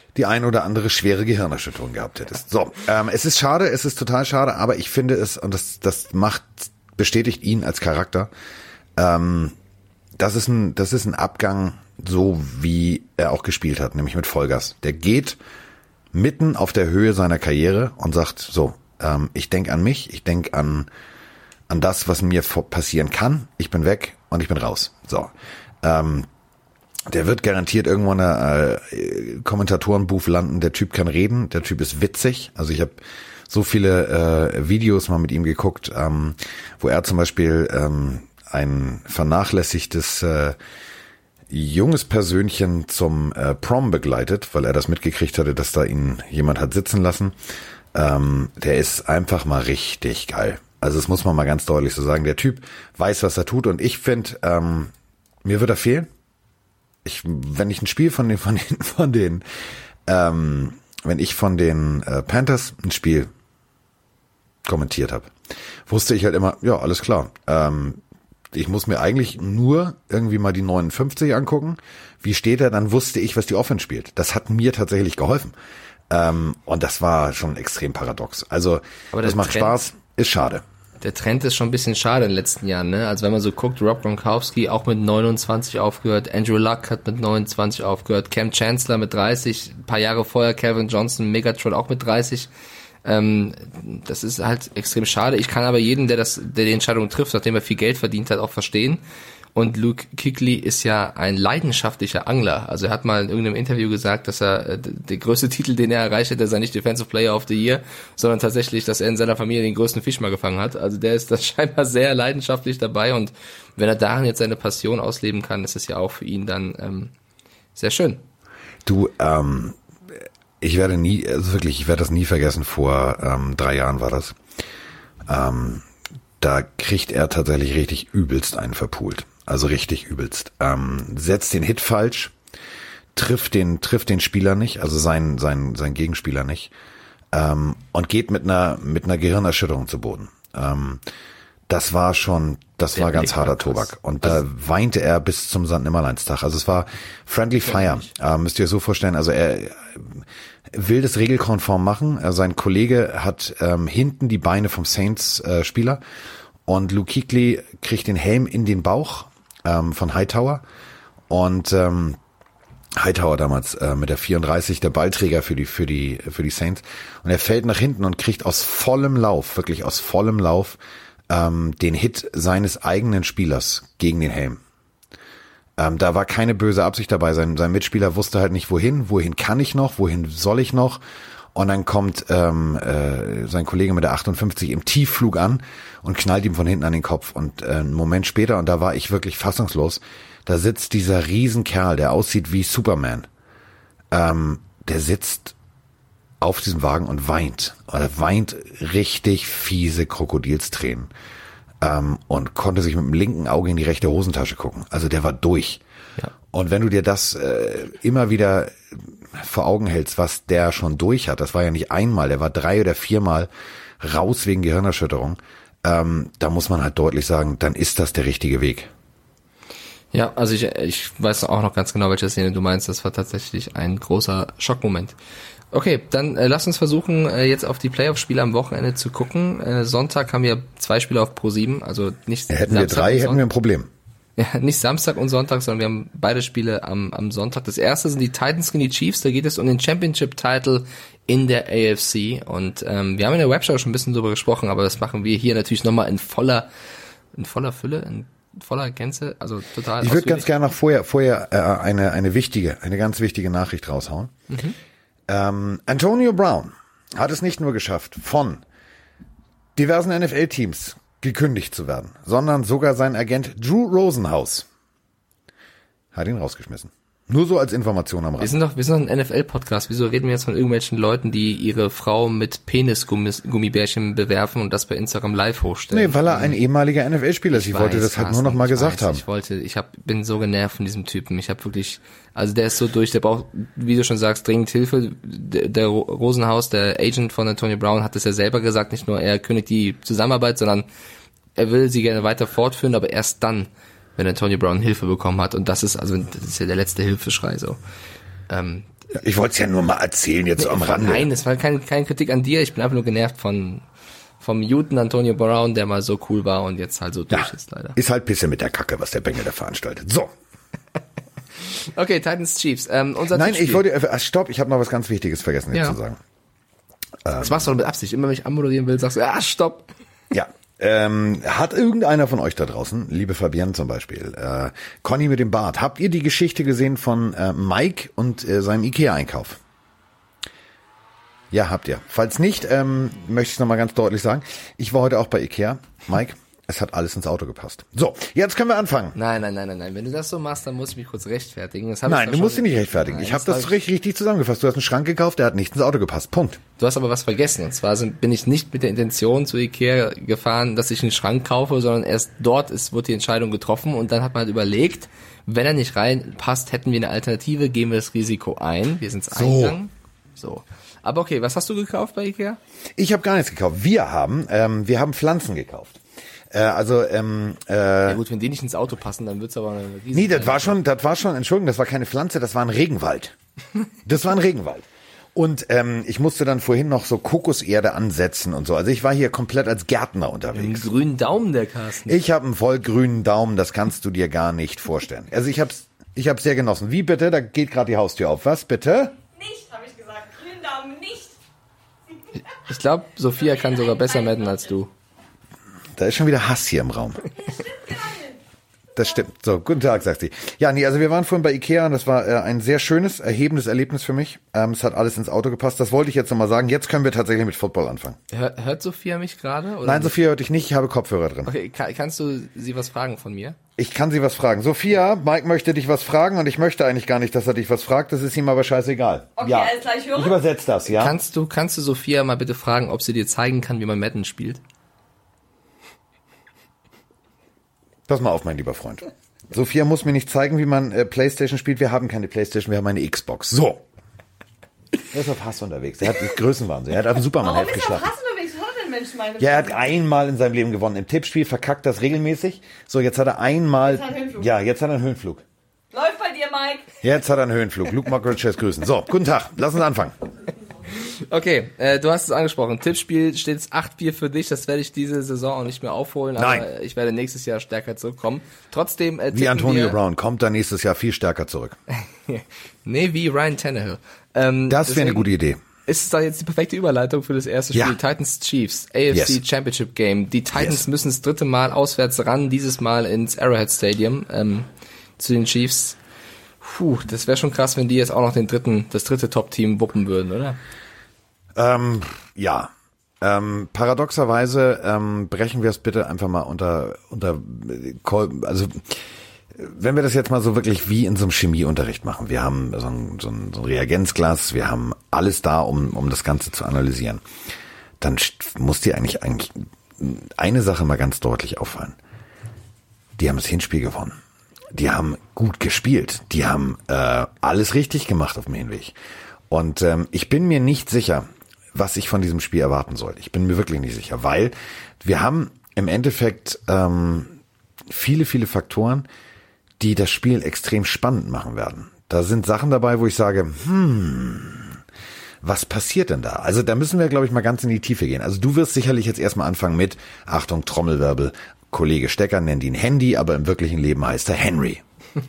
die ein oder andere schwere Gehirnerschütterung gehabt hättest. So, ähm, es ist schade, es ist total schade, aber ich finde es, und das, das macht, bestätigt ihn als Charakter, ähm, das ist ein, das ist ein Abgang, so wie er auch gespielt hat, nämlich mit Vollgas. Der geht mitten auf der Höhe seiner Karriere und sagt, so, ähm, ich denke an mich, ich denke an, an das, was mir passieren kann, ich bin weg und ich bin raus. So, ähm, der wird garantiert irgendwo in der äh, Kommentatorenbooth landen. Der Typ kann reden, der Typ ist witzig. Also ich habe so viele äh, Videos mal mit ihm geguckt, ähm, wo er zum Beispiel ähm, ein vernachlässigtes äh, junges Persönchen zum äh, Prom begleitet, weil er das mitgekriegt hatte, dass da ihn jemand hat sitzen lassen. Ähm, der ist einfach mal richtig geil. Also das muss man mal ganz deutlich so sagen. Der Typ weiß, was er tut und ich finde, ähm, mir wird er fehlen. Ich, wenn ich ein Spiel von den, von den, von den, ähm, wenn ich von den äh, Panthers ein Spiel kommentiert habe, wusste ich halt immer, ja, alles klar. Ähm, ich muss mir eigentlich nur irgendwie mal die neunundfünfzig angucken. Wie steht er? Dann wusste ich, was die Offense spielt. Das hat mir tatsächlich geholfen. Ähm, und das war schon extrem paradox. Also, aber das macht Trend, Spaß, ist schade. Der Trend ist schon ein bisschen schade in den letzten Jahren, ne? Also wenn man so guckt, Rob Gronkowski auch mit neunundzwanzig aufgehört, Andrew Luck hat mit neunundzwanzig aufgehört, Cam Chancellor mit dreißig, ein paar Jahre vorher Calvin Johnson, Megatron auch mit dreißig. Ähm, das ist halt extrem schade. Ich kann aber jeden, der das, der die Entscheidung trifft, nachdem er viel Geld verdient hat, auch verstehen. Und Luke Kuechly ist ja ein leidenschaftlicher Angler. Also er hat mal in irgendeinem Interview gesagt, dass er, äh, der größte Titel, den er erreicht hat, sei nicht Defensive Player of the Year, sondern tatsächlich, dass er in seiner Familie den größten Fisch mal gefangen hat. Also der ist da scheinbar sehr leidenschaftlich dabei und wenn er darin jetzt seine Passion ausleben kann, ist es ja auch für ihn dann ähm, sehr schön. Du, ähm, ich werde nie, also wirklich, ich werde das nie vergessen, vor ähm, drei Jahren war das. Ähm, da kriegt er tatsächlich richtig übelst einen verpult. Also richtig übelst. Ähm, setzt den Hit falsch, trifft den, trifft den Spieler nicht, also sein, sein, sein Gegenspieler nicht, ähm, und geht mit einer, mit einer Gehirnerschütterung zu Boden. Ähm, das war schon, das Der war ganz harter Tobak. Und also, da weinte er bis zum Sankt-Nimmerleinstag. Also es war Friendly Fire, äh, müsst ihr euch so vorstellen. Also er äh, will das regelkonform machen. Äh, sein Kollege hat ähm, hinten die Beine vom Saints-Spieler äh, und Luke Kuechly kriegt den Helm in den Bauch ähm, von Hightower und ähm, Hightower damals äh, mit der vierunddreißig, der Ballträger für die für die für die Saints, und er fällt nach hinten und kriegt aus vollem Lauf, wirklich aus vollem Lauf ähm, den Hit seines eigenen Spielers gegen den Helm. Ähm, da war keine böse Absicht dabei. Sein sein Mitspieler wusste halt nicht wohin, wohin kann ich noch, wohin soll ich noch. Und dann kommt ähm, äh, sein Kollege mit der achtundfünfzig im Tiefflug an und knallt ihm von hinten an den Kopf. Und äh, einen Moment später, und da war ich wirklich fassungslos, da sitzt dieser Riesenkerl, der aussieht wie Superman. Ähm, der sitzt auf diesem Wagen und weint. Und er weint richtig fiese Krokodilstränen. Ähm, und konnte sich mit dem linken Auge in die rechte Hosentasche gucken. Also der war durch. Ja. Und wenn du dir das äh, immer wieder vor Augen hältst, was der schon durch hat, das war ja nicht einmal, der war drei oder viermal raus wegen Gehirnerschütterung, ähm, da muss man halt deutlich sagen, dann ist das der richtige Weg. Ja, also ich, ich weiß auch noch ganz genau, welche Szene du meinst, das war tatsächlich ein großer Schockmoment. Okay, dann äh, lass uns versuchen, äh, jetzt auf die Playoff-Spiele am Wochenende zu gucken. Äh, Sonntag haben wir zwei Spiele auf Pro sieben, also nicht Hätten Samstag wir drei, hätten wir ein Problem. Ja, nicht Samstag und Sonntag, sondern wir haben beide Spiele am, am Sonntag. Das erste sind die Titans gegen die Chiefs, da geht es um den Championship-Title in der A F C. Und ähm, wir haben in der Webshow schon ein bisschen drüber gesprochen, aber das machen wir hier natürlich nochmal in voller, in voller Fülle, in voller Gänze, also total. Ich würde ganz gerne noch vorher, vorher äh, eine, eine wichtige, eine ganz wichtige Nachricht raushauen. Mhm. Ähm, Antonio Brown hat es nicht nur geschafft, von diversen N F L-Teams gekündigt zu werden, sondern sogar sein Agent Drew Rosenhaus hat ihn rausgeschmissen. Nur so als Information am Rand. Wir sind doch, wir sind doch ein N F L-Podcast. Wieso reden wir jetzt von irgendwelchen Leuten, die ihre Frau mit Penis-Gummibärchen bewerfen und das bei Instagram live hochstellen? Nee, weil er ein ehemaliger N F L-Spieler ist. Ich, ich wollte weiß, das halt nur noch mal gesagt weiß, haben. Ich wollte, ich hab, bin so genervt von diesem Typen. Ich habe wirklich, also der ist so durch, der braucht, wie du schon sagst, dringend Hilfe. Der, der Rosenhaus, der Agent von Antonio Brown, hat es ja selber gesagt, nicht nur er kündigt die Zusammenarbeit, sondern er will sie gerne weiter fortführen, aber erst dann, wenn Antonio Brown Hilfe bekommen hat. Und das ist, also das ist ja der letzte Hilfeschrei so. Ähm, Ich wollte es ja nur mal erzählen, jetzt so am Rande. Nein, das war keine, keine Kritik an dir. Ich bin einfach nur genervt von vom Newton Antonio Brown, der mal so cool war und jetzt halt so durch Ja, ist, leider. ist halt Pisse mit der Kacke, was der Bengel da veranstaltet. So. Okay, Titans Chiefs. Ähm, unser Nein, Tippspiel. ich wollte, äh, stopp, ich habe noch was ganz Wichtiges vergessen jetzt Ja. zu sagen. Das machst du doch mit Absicht. Immer wenn ich anmoderieren will, sagst du, ah, stopp. Ja. Ähm, hat irgendeiner von euch da draußen, liebe Fabienne zum Beispiel, äh, Conny mit dem Bart, habt ihr die Geschichte gesehen von äh, Mike und äh, seinem Ikea-Einkauf? Ja, habt ihr. Falls nicht, ähm, möchte ich es nochmal ganz deutlich sagen. Ich war heute auch bei Ikea. Mike, es hat alles ins Auto gepasst. So, jetzt können wir anfangen. Nein, nein, nein, nein, nein. Wenn du das so machst, dann muss ich mich kurz rechtfertigen. Das hab ich Nein, doch du musst schon- dich nicht rechtfertigen. Nein, ich habe das das hab richtig, richtig zusammengefasst. Du hast einen Schrank gekauft, der hat nicht ins Auto gepasst. Punkt. Du hast aber was vergessen. Und zwar sind, bin ich nicht mit der Intention zu Ikea gefahren, dass ich einen Schrank kaufe, sondern erst dort ist, wurde die Entscheidung getroffen und dann hat man halt überlegt, wenn er nicht reinpasst, hätten wir eine Alternative, gehen wir das Risiko ein. Wir sind es So. eingegangen. So. Aber okay, was hast du gekauft bei Ikea? Ich habe gar nichts gekauft. Wir haben, ähm, wir haben Pflanzen gekauft. Äh, also, ähm, äh, Ja gut, wenn die nicht ins Auto passen, dann wird's aber eine riesige... nee, das war schon, das war schon, Entschuldigung, das war keine Pflanze, das war ein Regenwald. Das war ein Regenwald. Und ähm, ich musste dann vorhin noch so Kokoserde ansetzen und so. Also ich war hier komplett als Gärtner Einen unterwegs. grünen Daumen, der Carsten. Ich habe einen voll grünen Daumen, das kannst du dir gar nicht vorstellen. Also ich hab's, ich hab's sehr genossen. Wie bitte? Da geht gerade die Haustür auf. Was bitte? Nicht, habe ich gesagt. Grünen Daumen nicht. Ich glaube, Sophia kann sogar besser madden als du. Da ist schon wieder Hass hier im Raum. Das stimmt. So, guten Tag, sagt sie. Ja, nee, also wir waren vorhin bei Ikea und das war äh, ein sehr schönes, erhebendes Erlebnis für mich. Ähm, es hat alles ins Auto gepasst. Das wollte ich jetzt nochmal sagen. Jetzt können wir tatsächlich mit Football anfangen. Hört, hört Sophia mich gerade? oder Nein, nicht? Sophia hörte ich nicht. Ich habe Kopfhörer drin. Okay, kann, kannst du sie was fragen von mir? Ich kann sie was fragen. Sophia, Mike möchte dich was fragen und ich möchte eigentlich gar nicht, dass er dich was fragt. Das ist ihm aber scheißegal. Okay, ja. alles klar, ich höre. Ich übersetze das, ja? Kannst du, kannst du Sophia mal bitte fragen, ob sie dir zeigen kann, wie man Madden spielt? Pass mal auf, mein lieber Freund. Sophia muss mir nicht zeigen, wie man äh, Playstation spielt. Wir haben keine Playstation, wir haben eine Xbox. So. Er ist auf Hass unterwegs. Er hat Größenwahnsinn. Er hat auf dem Warum Superman-Heft ist er geschlafen. auf Hass unterwegs? Was hat denn Mensch meine Ja, er hat einmal in seinem Leben gewonnen. Im Tippspiel verkackt das regelmäßig. So, jetzt hat er einmal... Jetzt hat er einen Höhenflug. Ja, jetzt hat er einen Höhenflug. Läuft bei dir, Mike. Jetzt hat er einen Höhenflug. Luke Mockridge grüßen. So, guten Tag. Lass uns anfangen. Okay, äh, du hast es angesprochen. Tippspiel steht es acht vier für dich. Das werde ich diese Saison auch nicht mehr aufholen. Aber Nein. ich werde nächstes Jahr stärker zurückkommen. Trotzdem äh, Wie tippen Antonio wir, Brown kommt er nächstes Jahr viel stärker zurück. Nee, wie Ryan Tannehill. Ähm, Das wäre eine deswegen gute Idee. Ist es da jetzt die perfekte Überleitung für das erste Ja. Spiel? Titans Chiefs, A F C Yes. Championship Game. Die Titans Yes. müssen das dritte Mal auswärts ran, dieses Mal ins Arrowhead Stadium ähm, zu den Chiefs. Puh, das wäre schon krass, wenn die jetzt auch noch den dritten, das dritte Top-Team wuppen würden, oder? Ähm, ja. Ähm, paradoxerweise ähm, brechen wir es bitte einfach mal unter, unter, also wenn wir das jetzt mal so wirklich wie in so einem Chemieunterricht machen. Wir haben so ein, so ein, so ein Reagenzglas, wir haben alles da, um, um das Ganze zu analysieren. Dann muss dir eigentlich, eigentlich eine Sache mal ganz deutlich auffallen. Die haben das Hinspiel gewonnen. Die haben gut gespielt. Die haben äh, alles richtig gemacht auf dem Hinweg. Und ähm, ich bin mir nicht sicher, was ich von diesem Spiel erwarten soll. Ich bin mir wirklich nicht sicher, weil wir haben im Endeffekt ähm, viele, viele Faktoren, die das Spiel extrem spannend machen werden. Da sind Sachen dabei, wo ich sage, hm, was passiert denn da? Also da müssen wir, glaube ich, mal ganz in die Tiefe gehen. Also du wirst sicherlich jetzt erstmal anfangen mit, Achtung, Trommelwirbel, Kollege Stecker nennt ihn Handy, aber im wirklichen Leben heißt er Henry.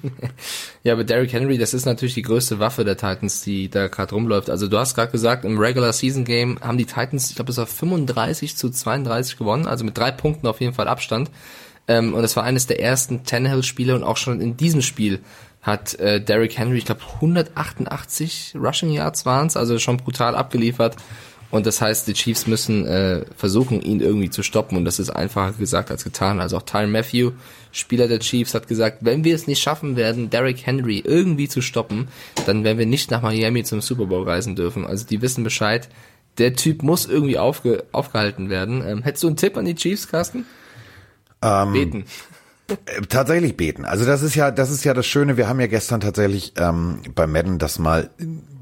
Ja, aber Derrick Henry, das ist natürlich die größte Waffe der Titans, die da gerade rumläuft. Also du hast gerade gesagt, im Regular Season Game haben die Titans, ich glaube, es war fünfunddreißig zu zweiunddreißig gewonnen, also mit drei Punkten auf jeden Fall Abstand. Ähm, und das war eines der ersten Tannehill-Spiele und auch schon in diesem Spiel hat äh, Derrick Henry, ich glaube, hundertachtundachtzig Rushing Yards waren es, also schon brutal abgeliefert. Und das heißt, die Chiefs müssen äh, versuchen, ihn irgendwie zu stoppen. Und das ist einfacher gesagt als getan. Also auch Tyrann Mathieu, Spieler der Chiefs, hat gesagt, wenn wir es nicht schaffen werden, Derrick Henry irgendwie zu stoppen, dann werden wir nicht nach Miami zum Super Bowl reisen dürfen. Also die wissen Bescheid. Der Typ muss irgendwie aufge aufgehalten werden. Ähm, hättest du einen Tipp an die Chiefs, Carsten? Ähm, Beten. Äh, Tatsächlich beten. Also das ist ja, das ist ja das Schöne. Wir haben ja gestern tatsächlich ähm, bei Madden das mal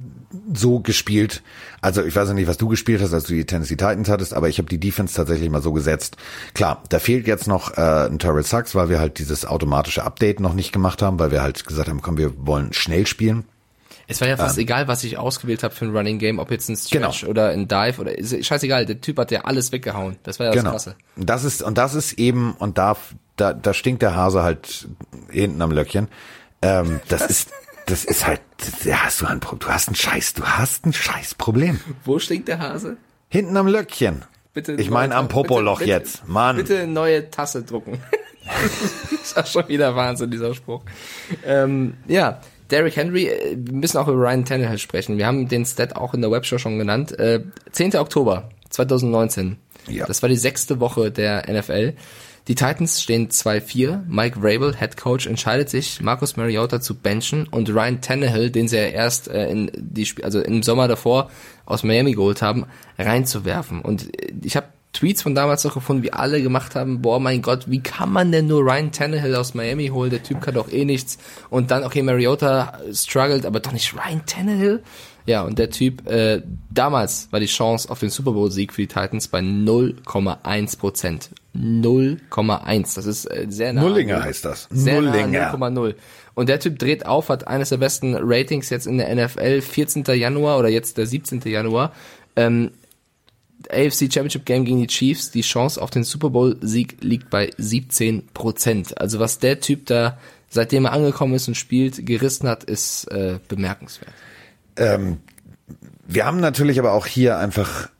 so gespielt. Also ich weiß ja nicht, was du gespielt hast, als du die Tennessee Titans hattest, aber ich habe die Defense tatsächlich mal so gesetzt. Klar, da fehlt jetzt noch äh, ein Terrell Suggs, weil wir halt dieses automatische Update noch nicht gemacht haben, weil wir halt gesagt haben, komm, wir wollen schnell spielen. Es war ja fast ähm, egal, was ich ausgewählt habe für ein Running Game, ob jetzt ein Stretch Genau. oder ein Dive oder ist scheißegal, der Typ hat ja alles weggehauen. Das war ja das Genau. Krasse. Und das ist, und das ist eben, und da, da, da stinkt der Hase halt hinten am Löckchen. Ähm, das ist, das ist halt, da hast du ein Problem. Du hast ein Scheiß, du hast ein Scheißproblem. Wo stinkt der Hase? Hinten am Löckchen. Bitte Ich meine am Popoloch bitte, jetzt. Mann. Bitte eine neue Tasse drucken. Das ist auch schon wieder Wahnsinn, dieser Spruch. Ähm, ja, Derrick Henry, wir müssen auch über Ryan Tannehill sprechen. Wir haben den Stat auch in der Webshow schon genannt. Äh, zehnten Oktober zweitausendneunzehn. Ja. Das war die sechste Woche der N F L. Die Titans stehen zwei vier. Mike Vrabel, Head Coach, entscheidet sich, Marcus Mariota zu benchen und Ryan Tannehill, den sie ja erst äh, in die Sp- also im Sommer davor aus Miami geholt haben, reinzuwerfen. Und ich habe Tweets von damals noch gefunden, wie alle gemacht haben, boah, mein Gott, wie kann man denn nur Ryan Tannehill aus Miami holen? Der Typ kann doch eh nichts. Und dann, okay, Mariota struggled, aber doch nicht Ryan Tannehill? Ja, und der Typ, äh, damals war die Chance auf den Super Bowl-Sieg für die Titans bei null Komma eins Prozent. null Komma eins. Das ist äh, sehr nah. Nullinger heißt das. Sehr nah, Nullinger. null Komma null. Und der Typ dreht auf, hat eines der besten Ratings jetzt in der N F L, vierzehnten Januar oder jetzt der siebzehnten Januar. Ähm, A F C Championship Game gegen die Chiefs, die Chance auf den Super Bowl-Sieg liegt bei siebzehn Prozent. Also was der Typ da, seitdem er angekommen ist und spielt, gerissen hat, ist äh, bemerkenswert. Ähm, wir haben natürlich aber auch hier einfach,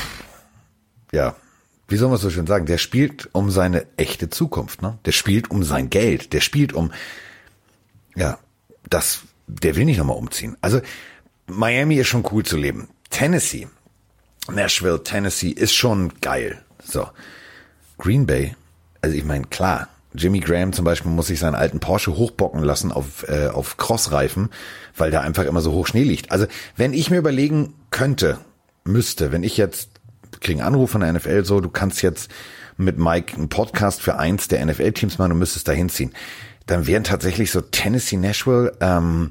ja, wie soll man es so schön sagen, der spielt um seine echte Zukunft, ne? Der spielt um sein Geld, der spielt um, ja, das, der will nicht nochmal umziehen. Also Miami ist schon cool zu leben. Tennessee, Nashville, Tennessee ist schon geil. So, Green Bay, also ich meine, klar, Jimmy Graham zum Beispiel muss sich seinen alten Porsche hochbocken lassen auf, äh, auf Crossreifen, weil da einfach immer so hoch Schnee liegt. Also wenn ich mir überlegen könnte, müsste, wenn ich jetzt, kriege einen Anruf von der N F L so, du kannst jetzt mit Mike einen Podcast für eins der N F L-Teams machen, du müsstest da hinziehen, dann wären tatsächlich so Tennessee, Nashville, ähm,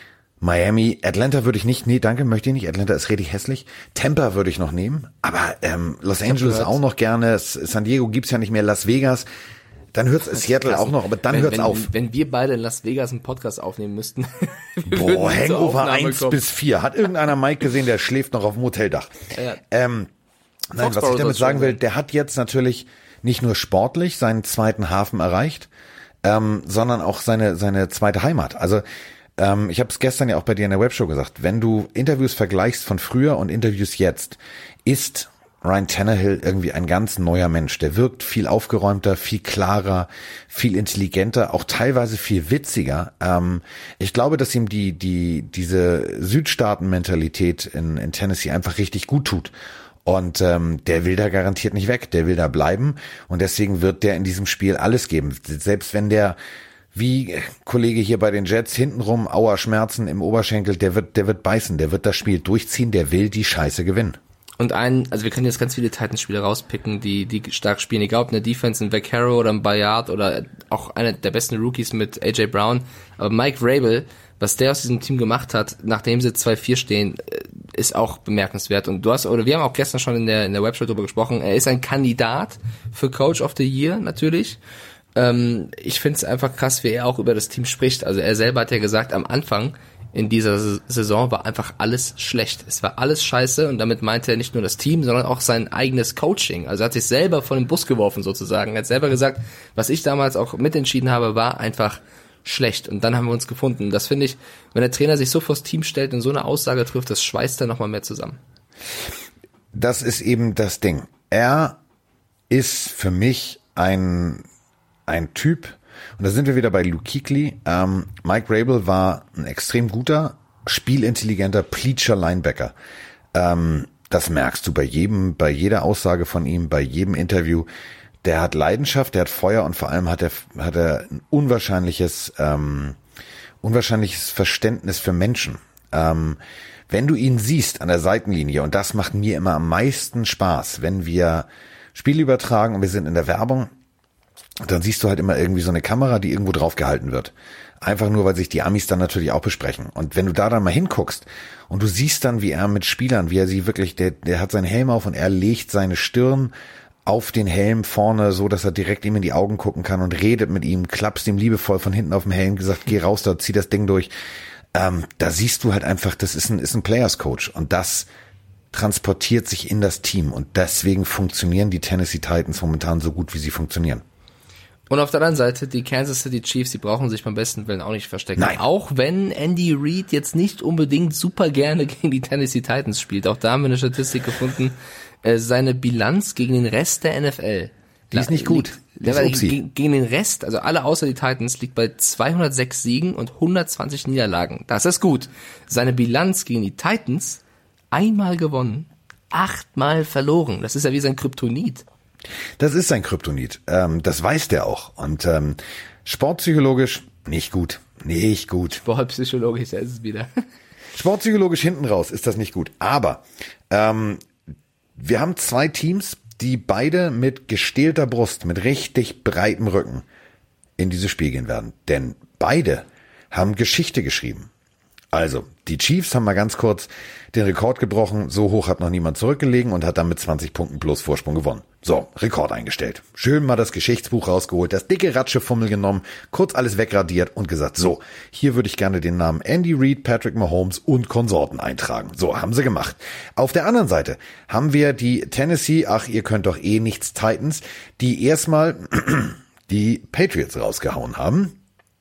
Miami, Atlanta würde ich nicht, nee, danke, möchte ich nicht, Atlanta ist richtig hässlich. Tampa würde ich noch nehmen, aber ähm, Los Angeles gehört. auch noch gerne, San Diego gibt's ja nicht mehr, Las Vegas, dann hört's Seattle auch noch, aber dann wenn, hört's wenn, auf. Wenn wir beide in Las Vegas einen Podcast aufnehmen müssten. wir Boah, würden zur Hangover Aufnahme eins kommen. bis vier. Hat irgendeiner Mike gesehen, der schläft noch auf dem Hoteldach. Ja. Ähm, nein, was Foxborough ich damit soll's sagen schon will, sein. der hat jetzt natürlich nicht nur sportlich seinen zweiten Hafen erreicht, ähm, sondern auch seine seine zweite Heimat. Also ähm, ich habe es gestern ja auch bei dir in der Webshow gesagt, wenn du Interviews vergleichst von früher und Interviews jetzt, ist Ryan Tannehill irgendwie ein ganz neuer Mensch. Der wirkt viel aufgeräumter, viel klarer, viel intelligenter, auch teilweise viel witziger. Ähm, ich glaube, dass ihm die die diese Südstaaten-Mentalität in, in Tennessee einfach richtig gut tut. Und ähm, der will da garantiert nicht weg, der will da bleiben. Und deswegen wird der in diesem Spiel alles geben. Selbst wenn der, wie Kollege hier bei den Jets, hintenrum Aua Schmerzen im Oberschenkel, der wird, der wird beißen, der wird das Spiel durchziehen, der will die Scheiße gewinnen. Und ein, also wir können jetzt ganz viele Titans-Spieler rauspicken, die die stark spielen. Egal ob in der Defense ein Vaccaro oder ein Bayard oder auch einer der besten Rookies mit A J Brown. Aber Mike Vrabel, was der aus diesem Team gemacht hat, nachdem sie zwei vier stehen, ist auch bemerkenswert. Und du hast, oder wir haben auch gestern schon in der in der Webshow darüber gesprochen, er ist ein Kandidat für Coach of the Year natürlich. Ähm, ich finde es einfach krass, wie er auch über das Team spricht. Also er selber hat ja gesagt, am Anfang in dieser Saison war einfach alles schlecht. Es war alles scheiße und damit meinte er nicht nur das Team, sondern auch sein eigenes Coaching. Also er hat sich selber von dem Bus geworfen sozusagen. Er hat selber gesagt, was ich damals auch mitentschieden habe, war einfach schlecht. Und dann haben wir uns gefunden. Das finde ich, wenn der Trainer sich so vors Team stellt und so eine Aussage trifft, das schweißt er nochmal mehr zusammen. Das ist eben das Ding. Er ist für mich ein, ein Typ, und da sind wir wieder bei Luke Kuechly. Ähm, Mike Vrabel war ein extrem guter, spielintelligenter, pleatscher Linebacker. Ähm, das merkst du bei jedem, bei jeder Aussage von ihm, bei jedem Interview. Der hat Leidenschaft, der hat Feuer und vor allem hat er, hat er ein unwahrscheinliches, ähm, unwahrscheinliches Verständnis für Menschen. Ähm, wenn du ihn siehst an der Seitenlinie, und das macht mir immer am meisten Spaß, wenn wir Spiele übertragen und wir sind in der Werbung, dann siehst du halt immer irgendwie so eine Kamera, die irgendwo drauf gehalten wird. Einfach nur, weil sich die Amis dann natürlich auch besprechen. Und wenn du da dann mal hinguckst und du siehst dann, wie er mit Spielern, wie er sie wirklich, der, der hat seinen Helm auf und er legt seine Stirn auf den Helm vorne, so dass er direkt ihm in die Augen gucken kann und redet mit ihm, klappst ihm liebevoll von hinten auf dem Helm, gesagt, geh raus da, zieh das Ding durch. ähm, da siehst du halt einfach, das ist ein, ist ein Players Coach und das transportiert sich in das Team und deswegen funktionieren die Tennessee Titans momentan so gut, wie sie funktionieren. Und auf der anderen Seite, die Kansas City Chiefs, die brauchen sich beim besten Willen auch nicht verstecken. Nein. Auch wenn Andy Reid jetzt nicht unbedingt super gerne gegen die Tennessee Titans spielt. Auch da haben wir eine Statistik gefunden. Äh, seine Bilanz gegen den Rest der N F L. Die ist nicht gut. Liegt, Die ist gegen, gegen den Rest, also alle außer die Titans, liegt bei zweihundertsechs Siegen und hundertzwanzig Niederlagen. Das ist gut. Seine Bilanz gegen die Titans, einmal gewonnen, achtmal verloren. Das ist ja wie sein Kryptonit. Das ist sein Kryptonit. Ähm, das weiß der auch. Und ähm, sportpsychologisch nicht gut. Nicht gut. Sportpsychologisch, da ist es wieder. Sportpsychologisch hinten raus ist das nicht gut. Aber ähm, wir haben zwei Teams, die beide mit gestählter Brust, mit richtig breitem Rücken in dieses Spiel gehen werden. Denn beide haben Geschichte geschrieben. Also, die Chiefs haben mal ganz kurz den Rekord gebrochen. So hoch hat noch niemand zurückgelegen und hat dann mit zwanzig Punkten plus Vorsprung gewonnen. So, Rekord eingestellt. Schön mal das Geschichtsbuch rausgeholt, das dicke Ratschefummel genommen, kurz alles wegradiert und gesagt, so, hier würde ich gerne den Namen Andy Reid, Patrick Mahomes und Konsorten eintragen. So, haben sie gemacht. Auf der anderen Seite haben wir die Tennessee, ach, ihr könnt doch eh nichts Titans, die erstmal die Patriots rausgehauen haben.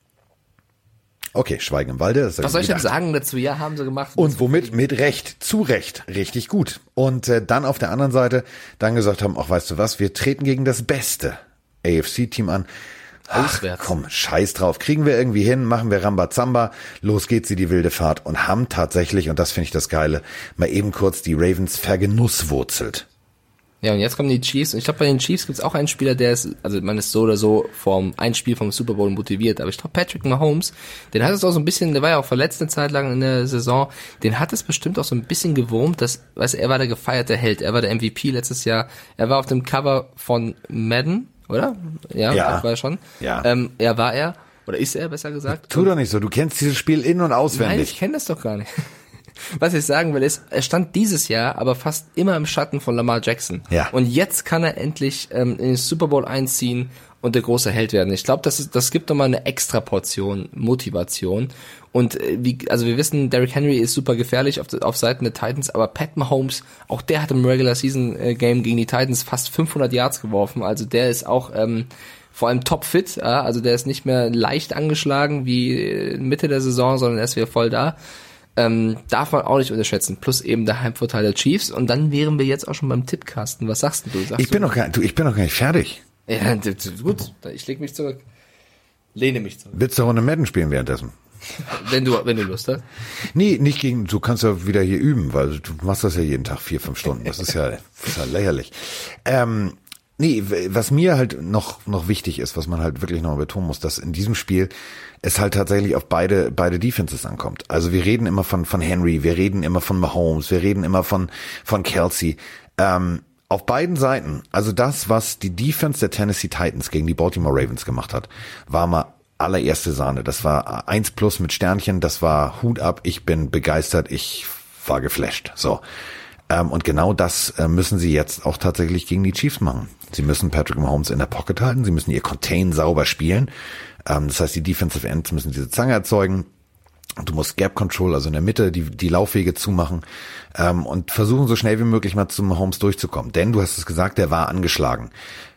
Okay, Schweigen im Walde. Das Was soll ich denn sagen dazu? Ja, haben sie gemacht. Und womit? Mit Recht. Zu Recht. Richtig gut. Und äh, dann auf der anderen Seite dann gesagt haben, ach, weißt du was, wir treten gegen das beste A F C-Team an. Ach, Auswärts. komm, scheiß drauf. Kriegen wir irgendwie hin, machen wir Rambazamba, los geht sie die wilde Fahrt und haben tatsächlich, und das finde ich das Geile, mal eben kurz die Ravens vergenusswurzelt. Ja, und jetzt kommen die Chiefs. Und ich glaube, bei den Chiefs gibt's auch einen Spieler, der ist, also man ist so oder so vom ein Spiel vom Super Bowl motiviert. Aber ich glaube, Patrick Mahomes, den hat es auch so ein bisschen, der war ja auch verletzt eine Zeit lang in der Saison, den hat es bestimmt auch so ein bisschen gewurmt, dass, weißt du, er war der gefeierte Held, er war der M V P letztes Jahr, er war auf dem Cover von Madden, oder? Ja, Ja. war er schon. Ja. Ähm, er war er, oder ist er, besser gesagt. Tu doch nicht so, du kennst dieses Spiel in- und Nein, auswendig. ich kenne das doch gar nicht. Was ich sagen will, ist, er stand dieses Jahr aber fast immer im Schatten von Lamar Jackson. Ja. Und jetzt kann er endlich ähm, in den Super Bowl einziehen und der große Held werden. Ich glaube, das ist, das gibt nochmal eine extra Portion Motivation. Und äh, wie, also wir wissen, Derrick Henry ist super gefährlich auf, auf Seiten der Titans, aber Pat Mahomes, auch der hat im Regular Season äh, Game gegen die Titans fast fünfhundert Yards geworfen. Also der ist auch ähm, vor allem topfit. Ja? Also der ist nicht mehr leicht angeschlagen wie Mitte der Saison, sondern er ist wieder voll da. Ähm, darf man auch nicht unterschätzen. Plus eben der Heimvorteil der Chiefs. Und dann wären wir jetzt auch schon beim Tippkasten. Was sagst du? Sagst Ich bin du? noch gar, du, ich bin noch gar nicht fertig. Ja, d- d- gut. Ich leg mich zurück. Lehne mich zurück. Willst du eine Madden spielen währenddessen? Wenn du, wenn du Lust hast. Nee, nicht gegen, du kannst ja wieder hier üben, weil du machst das ja jeden Tag vier, fünf Stunden. Das ist ja, das ist ja lächerlich. Ähm, nee, was mir halt noch, noch wichtig ist, was man halt wirklich noch betonen muss, dass in diesem Spiel es halt tatsächlich auf beide, beide Defenses ankommt. Also wir reden immer von, von Henry, wir reden immer von Mahomes, wir reden immer von, von Kelsey. Ähm, auf beiden Seiten, also das, was die Defense der Tennessee Titans gegen die Baltimore Ravens gemacht hat, war mal allererste Sahne. Das war eins plus mit Sternchen, das war Hut ab, ich bin begeistert, ich war geflasht. So. Ähm, und genau das äh, müssen sie jetzt auch tatsächlich gegen die Chiefs machen. Sie müssen Patrick Mahomes in der Pocket halten, sie müssen ihr Contain sauber spielen. Ähm, das heißt, die Defensive Ends müssen diese Zange erzeugen. Du musst Gap Control, also in der Mitte, die, die Laufwege zumachen ähm, und versuchen so schnell wie möglich mal zum Mahomes durchzukommen. Denn, du hast es gesagt, der war angeschlagen.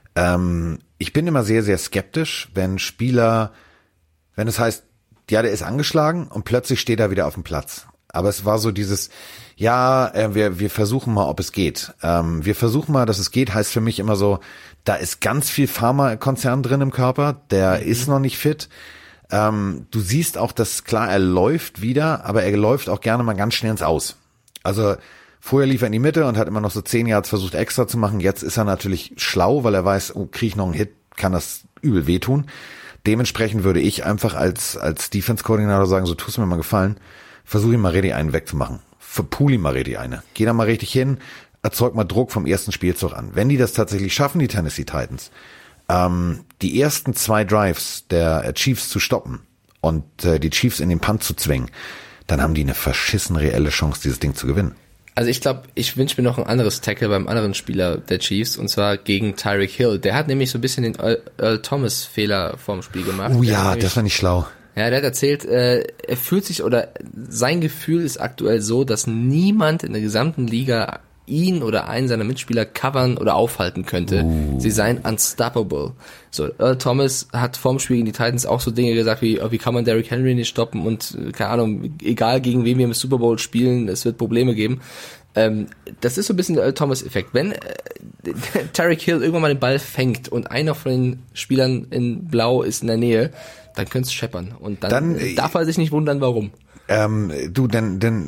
Ähm, ich bin immer sehr, sehr skeptisch, wenn Spieler, wenn es heißt, ja, der ist angeschlagen und plötzlich steht er wieder auf dem Platz. Aber es war so dieses, ja, äh, wir wir versuchen mal, ob es geht. Ähm, wir versuchen mal, dass es geht, heißt für mich immer so, da ist ganz viel Pharmakonzern drin im Körper, der mhm. ist noch nicht fit. Ähm, du siehst auch, dass klar, er läuft wieder, aber er läuft auch gerne mal ganz schnell ins Aus. Also vorher lief er in die Mitte und hat immer noch so zehn Yards versucht extra zu machen. Jetzt ist er natürlich schlau, weil er weiß, oh, krieg ich noch einen Hit, kann das übel wehtun. Dementsprechend würde ich einfach als als Defense-Koordinator sagen, so tust mir mal gefallen, versuch ihm mal richtig einen wegzumachen. Verpool ihm mal richtig eine. Geh da mal richtig hin, erzeug mal Druck vom ersten Spielzug an. Wenn die das tatsächlich schaffen, die Tennessee Titans, ähm, die ersten zwei Drives der Chiefs zu stoppen und äh, die Chiefs in den Punt zu zwingen, dann haben die eine verschissen reelle Chance, dieses Ding zu gewinnen. Also ich glaube, ich wünsche mir noch ein anderes Tackle beim anderen Spieler der Chiefs, und zwar gegen Tyreek Hill. Der hat nämlich so ein bisschen den Earl, Earl Thomas Fehler vorm Spiel gemacht. Oh Der ja, nämlich, das war nicht schlau. Ja, der hat erzählt, äh, er fühlt sich, oder sein Gefühl ist aktuell so, dass niemand in der gesamten Liga ihn oder einen seiner Mitspieler covern oder aufhalten könnte. Uh. Sie seien unstoppable. So, Earl Thomas hat vorm Spiel gegen die Titans auch so Dinge gesagt wie, wie kann man Derrick Henry nicht stoppen und, keine Ahnung, egal gegen wen wir im Super Bowl spielen, es wird Probleme geben. Ähm, das ist so ein bisschen der Earl Thomas-Effekt. Wenn äh, Tyreek Hill irgendwann mal den Ball fängt und einer von den Spielern in Blau ist in der Nähe, dann könnte es scheppern. Und dann, dann äh, darf er sich nicht wundern, warum. Ähm, du, dann, dann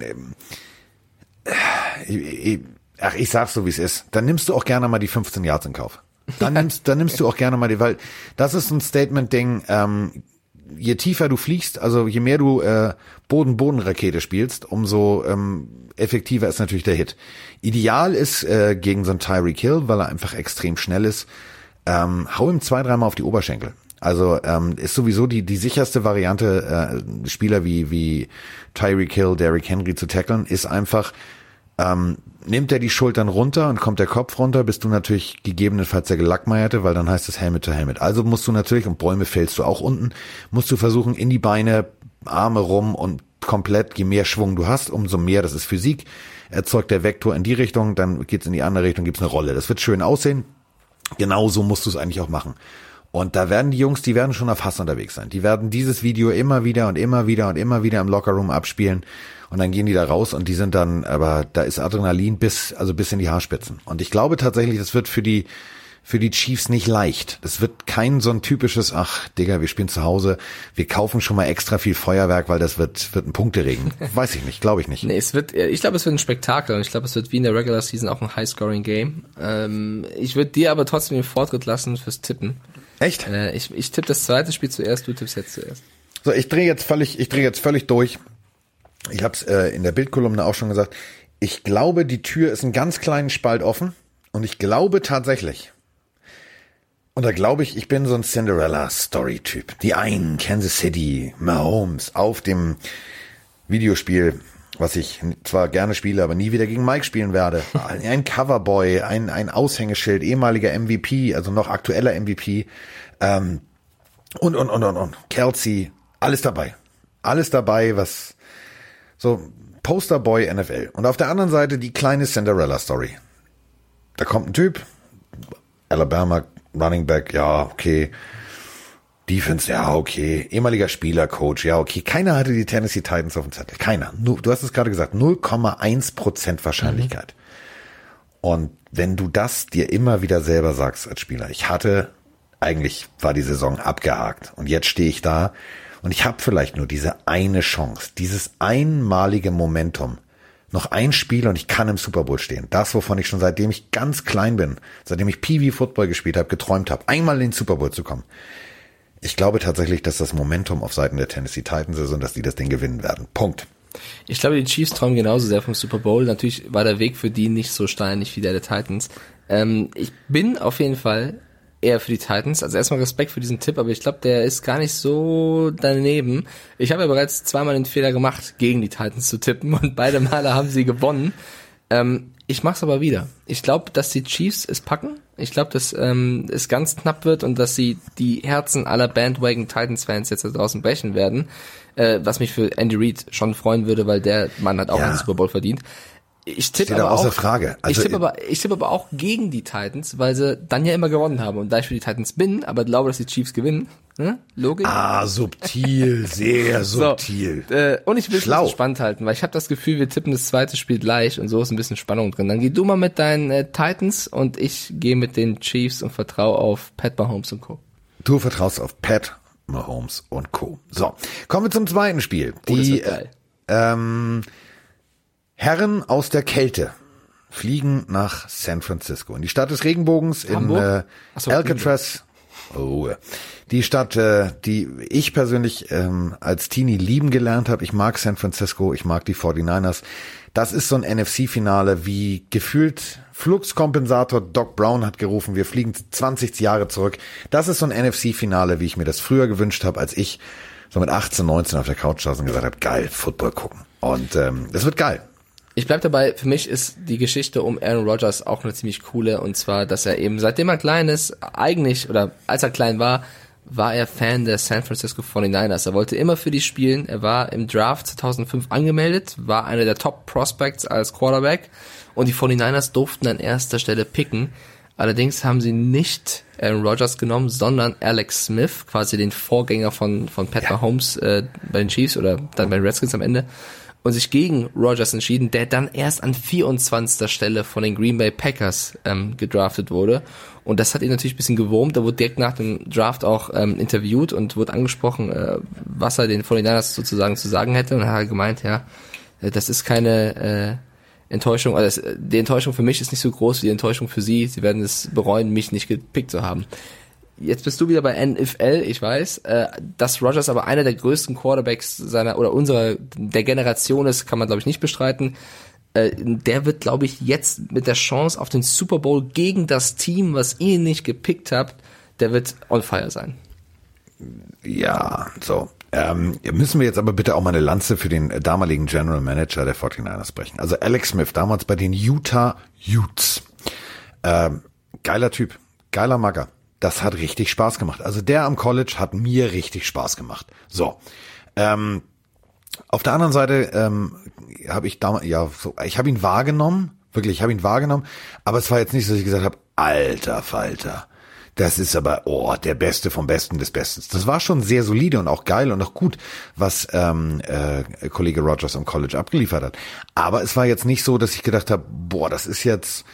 äh, ich, ach, ich sag's so, wie es ist. Dann nimmst du auch gerne mal die fünfzehn Yards in Kauf. Dann nimmst, dann nimmst du auch gerne mal die, weil das ist ein Statement-Ding, ähm, je tiefer du fliegst, also je mehr du äh, Boden-Boden-Rakete spielst, umso ähm, effektiver ist natürlich der Hit. Ideal ist äh, gegen so einen Tyreek Hill, weil er einfach extrem schnell ist, ähm, hau ihm zwei, dreimal auf die Oberschenkel. Also ähm, ist sowieso die die sicherste Variante, äh, Spieler wie wie Tyreek Hill, Derrick Henry zu tackeln, ist einfach, ähm, nimmt er die Schultern runter und kommt der Kopf runter, bist du natürlich gegebenenfalls der Gelackmeierte, weil dann heißt es Helmet to Helmet. Also musst du natürlich, und Bäume fällst du auch unten, musst du versuchen, in die Beine, Arme rum und komplett, je mehr Schwung du hast, umso mehr, das ist Physik, erzeugt der Vektor in die Richtung, dann geht's in die andere Richtung, gibt's eine Rolle. Das wird schön aussehen. Genauso musst du es eigentlich auch machen. Und da werden die Jungs, die werden schon auf Hass unterwegs sein. Die werden dieses Video immer wieder und immer wieder und immer wieder im Lockerroom abspielen. Und dann gehen die da raus und die sind dann, aber da ist Adrenalin bis, also bis in die Haarspitzen. Und ich glaube tatsächlich, das wird für die, für die Chiefs nicht leicht. Das wird kein so ein typisches, ach, Digga, wir spielen zu Hause, wir kaufen schon mal extra viel Feuerwerk, weil das wird, wird ein Punkteregen. Weiß ich nicht, glaube ich nicht. Nee, es wird, ich glaube, es wird ein Spektakel und ich glaube, es wird wie in der Regular Season auch ein High-Scoring-Game. Ähm, ich würde dir aber trotzdem den Vortritt lassen fürs Tippen. Echt? Äh, ich ich tippe das zweite Spiel zuerst, du tippst jetzt zuerst. So, ich drehe jetzt völlig, ich drehe jetzt völlig durch. Ich habe es äh, in der Bildkolumne auch schon gesagt. Ich glaube, die Tür ist einen ganz kleinen Spalt offen und ich glaube tatsächlich, und da glaube ich, ich bin so ein Cinderella-Story-Typ. Die einen, Kansas City, Mahomes, auf dem Videospiel, was ich zwar gerne spiele, aber nie wieder gegen Mike spielen werde. Ein Coverboy, ein ein Aushängeschild, ehemaliger M V P, also noch aktueller M V P. Ähm, und, und, und, und, und. Kelsey, alles dabei. Alles dabei, was so Posterboy N F L. Und auf der anderen Seite die kleine Cinderella-Story. Da kommt ein Typ, Alabama, Running Back, ja, okay. Defense, ja, okay. Ehemaliger Spieler, Coach, ja, okay. Keiner hatte die Tennessee Titans auf dem Zettel. Keiner. Nur, du hast es gerade gesagt, null Komma eins Prozent Wahrscheinlichkeit. Mhm. Und wenn du das dir immer wieder selber sagst als Spieler, ich hatte, eigentlich war die Saison abgehakt und jetzt stehe ich da und ich habe vielleicht nur diese eine Chance, dieses einmalige Momentum, noch ein Spiel und ich kann im Super Bowl stehen. Das, wovon ich schon seitdem ich ganz klein bin, seitdem ich Pee Wee Football gespielt habe, geträumt habe, einmal in den Super Bowl zu kommen. Ich glaube tatsächlich, dass das Momentum auf Seiten der Tennessee Titans ist und dass die das Ding gewinnen werden. Punkt. Ich glaube, die Chiefs träumen genauso sehr vom Super Bowl. Natürlich war der Weg für die nicht so steinig wie der der Titans. Ähm, ich bin auf jeden Fall eher für die Titans. Also erstmal Respekt für diesen Tipp, aber ich glaube, der ist gar nicht so daneben. Ich habe ja bereits zweimal den Fehler gemacht, gegen die Titans zu tippen und beide Male haben sie gewonnen. Ähm, ich mach's aber wieder. Ich glaube, dass die Chiefs es packen. Ich glaube, dass ähm, es ganz knapp wird und dass sie die Herzen aller Bandwagon Titans-Fans jetzt da draußen brechen werden. Äh, was mich für Andy Reid schon freuen würde, weil der Mann hat auch ja. einen Super Bowl verdient. Ich tippe aber außer auch, Frage. Also ich tippe aber, ich tippe aber auch gegen die Titans, weil sie dann ja immer gewonnen haben. Und da ich für die Titans bin, aber glaube, dass die Chiefs gewinnen, ne? Logik. Ah, subtil, sehr subtil. So, äh, und ich will es Schlau. spannend halten, weil ich habe das Gefühl, wir tippen das zweite Spiel gleich und so ist ein bisschen Spannung drin. Dann geh du mal mit deinen äh, Titans und ich gehe mit den Chiefs und vertraue auf Pat Mahomes und Co. Du vertraust auf Pat Mahomes und Co. So, kommen wir zum zweiten Spiel. Oh, das die wird geil. ähm, Herren aus der Kälte fliegen nach San Francisco, in die Stadt des Regenbogens, Hamburg? in äh, So, Alcatraz. Oh, die Stadt, äh, die ich persönlich ähm, als Teenie lieben gelernt habe. Ich mag San Francisco, ich mag die forty-niners. Das ist so ein N F C-Finale, wie gefühlt Fluxkompensator Doc Brown hat gerufen, wir fliegen zwanzig Jahre zurück. Das ist so ein N F C-Finale, wie ich mir das früher gewünscht habe, als ich so mit achtzehn, neunzehn auf der Couch saß und gesagt habe, geil, Football gucken. Und ähm, das wird geil. Ich bleib dabei, für mich ist die Geschichte um Aaron Rodgers auch eine ziemlich coole, und zwar, dass er eben, seitdem er klein ist, eigentlich, oder als er klein war, war er Fan der San Francisco forty-niners. Er wollte immer für die spielen. Er war im Draft zweitausendfünf angemeldet, war einer der Top Prospects als Quarterback und die forty-niners durften an erster Stelle picken. Allerdings haben sie nicht Aaron Rodgers genommen, sondern Alex Smith, quasi den Vorgänger von von Pat ja. Mahomes äh, bei den Chiefs oder dann bei den Redskins am Ende, und sich gegen Rodgers entschieden, der dann erst an vierundzwanzigster Stelle von den Green Bay Packers ähm, gedraftet wurde. Und das hat ihn natürlich ein bisschen gewurmt. Er wurde direkt nach dem Draft auch ähm, interviewt und wurde angesprochen, äh, was er den forty-niners sozusagen zu sagen hätte. Und er hat gemeint, ja, das ist keine äh, Enttäuschung, also das, die Enttäuschung für mich ist nicht so groß wie die Enttäuschung für sie. Sie werden es bereuen, mich nicht gepickt zu haben. Jetzt bist du wieder bei N F L, ich weiß, äh, dass Rodgers aber einer der größten Quarterbacks seiner oder unserer der Generation ist, kann man glaube ich nicht bestreiten. Äh, der wird glaube ich jetzt mit der Chance auf den Super Bowl gegen das Team, was ihr nicht gepickt habt, der wird on fire sein. Ja, so. Ähm, müssen wir jetzt aber bitte auch mal eine Lanze für den damaligen General Manager der forty-niners brechen. Also Alex Smith, damals bei den Utah Utes. Ähm, geiler Typ, geiler Magger. Das hat richtig Spaß gemacht. Also der am College hat mir richtig Spaß gemacht. So, ähm, auf der anderen Seite ähm, habe ich damals, ja, so, ich habe ihn wahrgenommen, wirklich, ich habe ihn wahrgenommen, aber es war jetzt nicht so, dass ich gesagt habe, alter Falter, das ist aber, oh, der Beste vom Besten des Bestens. Das war schon sehr solide und auch geil und auch gut, was ähm, äh, Kollege Rodgers am College abgeliefert hat. Aber es war jetzt nicht so, dass ich gedacht habe, boah, das ist jetzt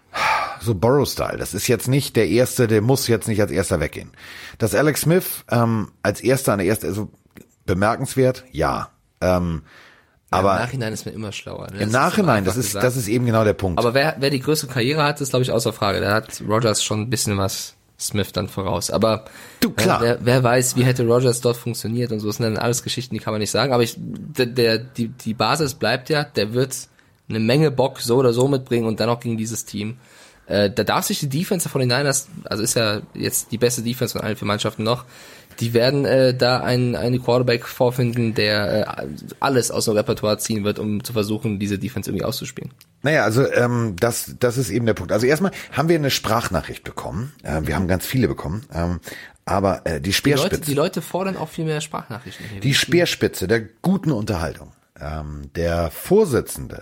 so Burrow-Style. Das ist jetzt nicht der Erste, der muss jetzt nicht als Erster weggehen. Dass Alex Smith ähm, als Erster an der Erste, also bemerkenswert, ja. Ähm, ja, aber im Nachhinein ist man immer schlauer. Ne? Im Nachhinein, das ist, das ist eben genau der Punkt. Aber wer, wer die größere Karriere hat, ist glaube ich außer Frage. Da hat Rodgers schon ein bisschen was Smith dann voraus. Aber du, klar. Äh, wer, wer weiß, wie hätte Rodgers dort funktioniert und so. Das sind dann alles Geschichten, die kann man nicht sagen. Aber ich, der, der die, die Basis bleibt ja, der wird eine Menge Bock so oder so mitbringen und dann auch gegen dieses Team. Äh, da darf sich die Defense von den Niners, also ist ja jetzt die beste Defense von allen vier Mannschaften noch, die werden äh, da einen, einen Quarterback vorfinden, der äh, alles aus dem Repertoire ziehen wird, um zu versuchen, diese Defense irgendwie auszuspielen. Naja, also ähm, das das ist eben der Punkt. Also erstmal haben wir eine Sprachnachricht bekommen. Äh, wir haben ganz viele bekommen. Ähm, aber äh, die Speerspitze. Die Leute, die Leute fordern auch viel mehr Sprachnachrichten. Hier. Die Speerspitze der guten Unterhaltung. Ähm, der Vorsitzende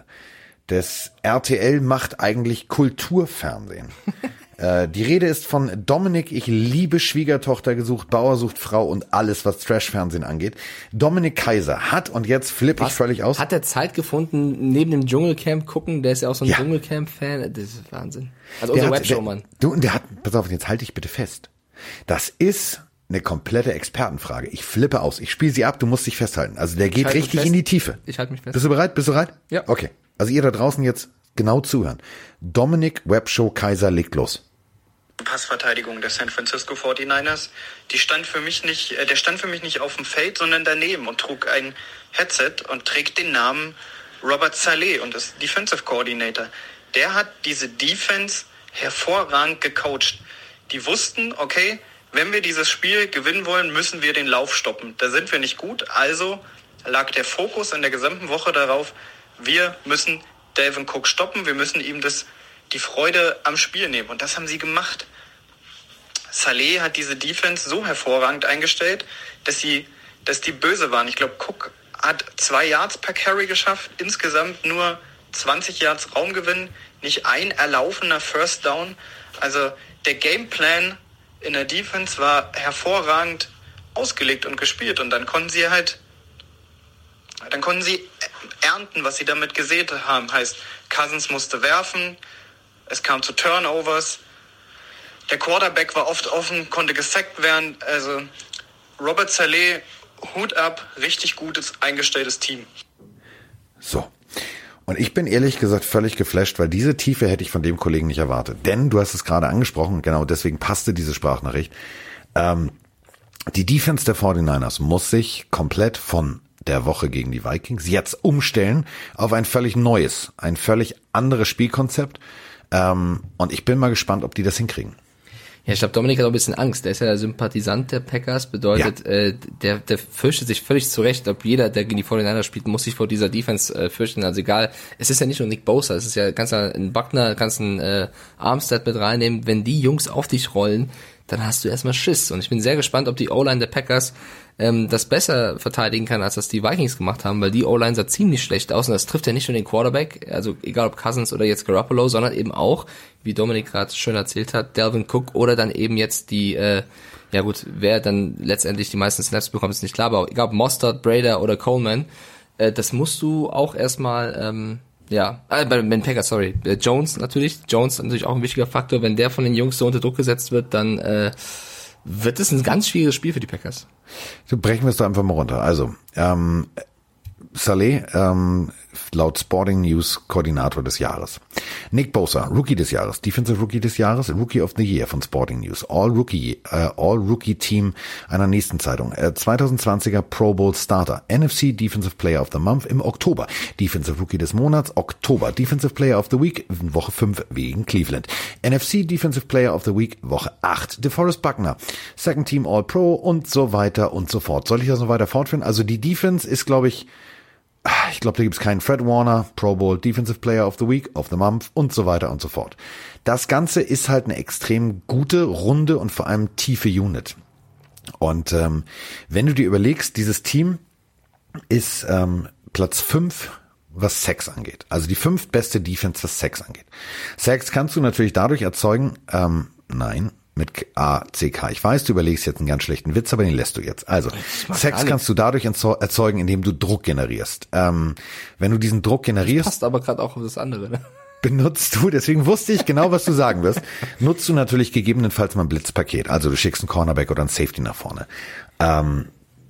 des R T L macht eigentlich Kulturfernsehen. äh, die Rede ist von Dominik, ich liebe Schwiegertochter gesucht, Bauer sucht Frau und alles, was Trash-Fernsehen angeht. Dominik Kaiser hat, und jetzt flippe ich völlig aus. Hat er Zeit gefunden, neben dem Dschungelcamp gucken? Der ist ja auch so ein ja. Dschungelcamp-Fan. Das ist Wahnsinn. Also unser Webshow-Mann. Du, und der hat, pass auf, jetzt halte ich bitte fest. Das ist eine komplette Expertenfrage. Ich flippe aus. Ich spiele sie ab, du musst dich festhalten. Also der geht richtig in die Tiefe. Ich halte mich fest. Bist du bereit? Bist du bereit? Ja. Okay. Also ihr da draußen jetzt genau zuhören. Dominik Webshow Kaiser legt los. Passverteidigung der San Francisco forty-niners, die stand für mich nicht, äh, der stand für mich nicht auf dem Feld, sondern daneben und trug ein Headset und trägt den Namen Robert Saleh und ist Defensive Coordinator. Der hat diese Defense hervorragend gecoacht. Die wussten, okay, wenn wir dieses Spiel gewinnen wollen, müssen wir den Lauf stoppen. Da sind wir nicht gut, also lag der Fokus in der gesamten Woche darauf, wir müssen Dalvin Cook stoppen, wir müssen ihm das, die Freude am Spiel nehmen. Und das haben sie gemacht. Saleh hat diese Defense so hervorragend eingestellt, dass sie, dass die böse waren. Ich glaube, Cook hat zwei Yards per Carry geschafft, insgesamt nur zwanzig Yards Raumgewinn, nicht ein erlaufener First Down. Also der Gameplan in der Defense war hervorragend ausgelegt und gespielt. Und dann konnten sie halt Dann konnten sie ernten, was sie damit gesät haben. Heißt, Cousins musste werfen, es kam zu Turnovers, der Quarterback war oft offen, konnte gesackt werden. Also Robert Saleh, Hut ab, richtig gutes, eingestelltes Team. So. Und ich bin ehrlich gesagt völlig geflasht, weil diese Tiefe hätte ich von dem Kollegen nicht erwartet. Denn, du hast es gerade angesprochen, genau deswegen passte diese Sprachnachricht, ähm, die Defense der forty-niners muss sich komplett von der Woche gegen die Vikings jetzt umstellen auf ein völlig neues, ein völlig anderes Spielkonzept. Ähm, und ich bin mal gespannt, ob die das hinkriegen. Ja, ich glaube, Dominik hat auch ein bisschen Angst. Der ist ja der Sympathisant der Packers, bedeutet, ja. äh, der, der fürchtet sich völlig zurecht, ob jeder, der gegen die forty-niners spielt, muss sich vor dieser Defense äh, fürchten. Also egal, es ist ja nicht nur Nick Bosa, es ist ja, kannst du einen Buckner, kannst einen äh, Armstead mit reinnehmen. Wenn die Jungs auf dich rollen, dann hast du erstmal Schiss. Und ich bin sehr gespannt, ob die O-Line der Packers ähm, das besser verteidigen kann, als das die Vikings gemacht haben, weil die O-Line sah ziemlich schlecht aus und das trifft ja nicht nur den Quarterback, also egal ob Cousins oder jetzt Garoppolo, sondern eben auch, wie Dominik gerade schön erzählt hat, Dalvin Cook oder dann eben jetzt die, äh, ja gut, wer dann letztendlich die meisten Snaps bekommt, ist nicht klar, aber egal ob Mostert, Brader oder Coleman, äh, das musst du auch erstmal, ähm, ja, äh, bei den Packers, sorry, äh, Jones natürlich, Jones natürlich auch ein wichtiger Faktor, wenn der von den Jungs so unter Druck gesetzt wird, dann äh, wird es ein ganz schwieriges Spiel für die Packers. So brechen wir es doch einfach mal runter. Also, ähm, Saleh, ähm, laut Sporting News Koordinator des Jahres. Nick Bosa, Rookie des Jahres, Defensive Rookie des Jahres, Rookie of the Year von Sporting News, All Rookie, äh, All Rookie Team einer nächsten Zeitung, äh, zwanzig zwanziger Pro Bowl Starter, N F C Defensive Player of the Month im Oktober, Defensive Rookie des Monats, Oktober, Defensive Player of the Week, Woche fünf wegen Cleveland, N F C Defensive Player of the Week, Woche acht, DeForest Buckner, Second Team All Pro und so weiter und so fort. Soll ich das noch weiter fortführen? Also die Defense ist, glaube ich, Ich glaube, da gibt es keinen Fred Warner, Pro Bowl, Defensive Player of the Week, of the Month und so weiter und so fort. Das Ganze ist halt eine extrem gute, runde und vor allem tiefe Unit. Und ähm, wenn du dir überlegst, dieses Team ist ähm, Platz fünf, was Sacks angeht. Also die fünftbeste Defense, was Sacks angeht. Sacks kannst du natürlich dadurch erzeugen, ähm, nein, mit A, C, K. Ich weiß, du überlegst jetzt einen ganz schlechten Witz, aber den lässt du jetzt. Also, Sex kannst du dadurch erzeugen, indem du Druck generierst. Ähm, wenn du diesen Druck generierst... Das passt aber gerade auch auf das andere, ne? Benutzt du, deswegen wusste ich genau, was du sagen wirst, nutzt du natürlich gegebenenfalls mal ein Blitzpaket. Also du schickst einen Cornerback oder einen Safety nach vorne. Ähm,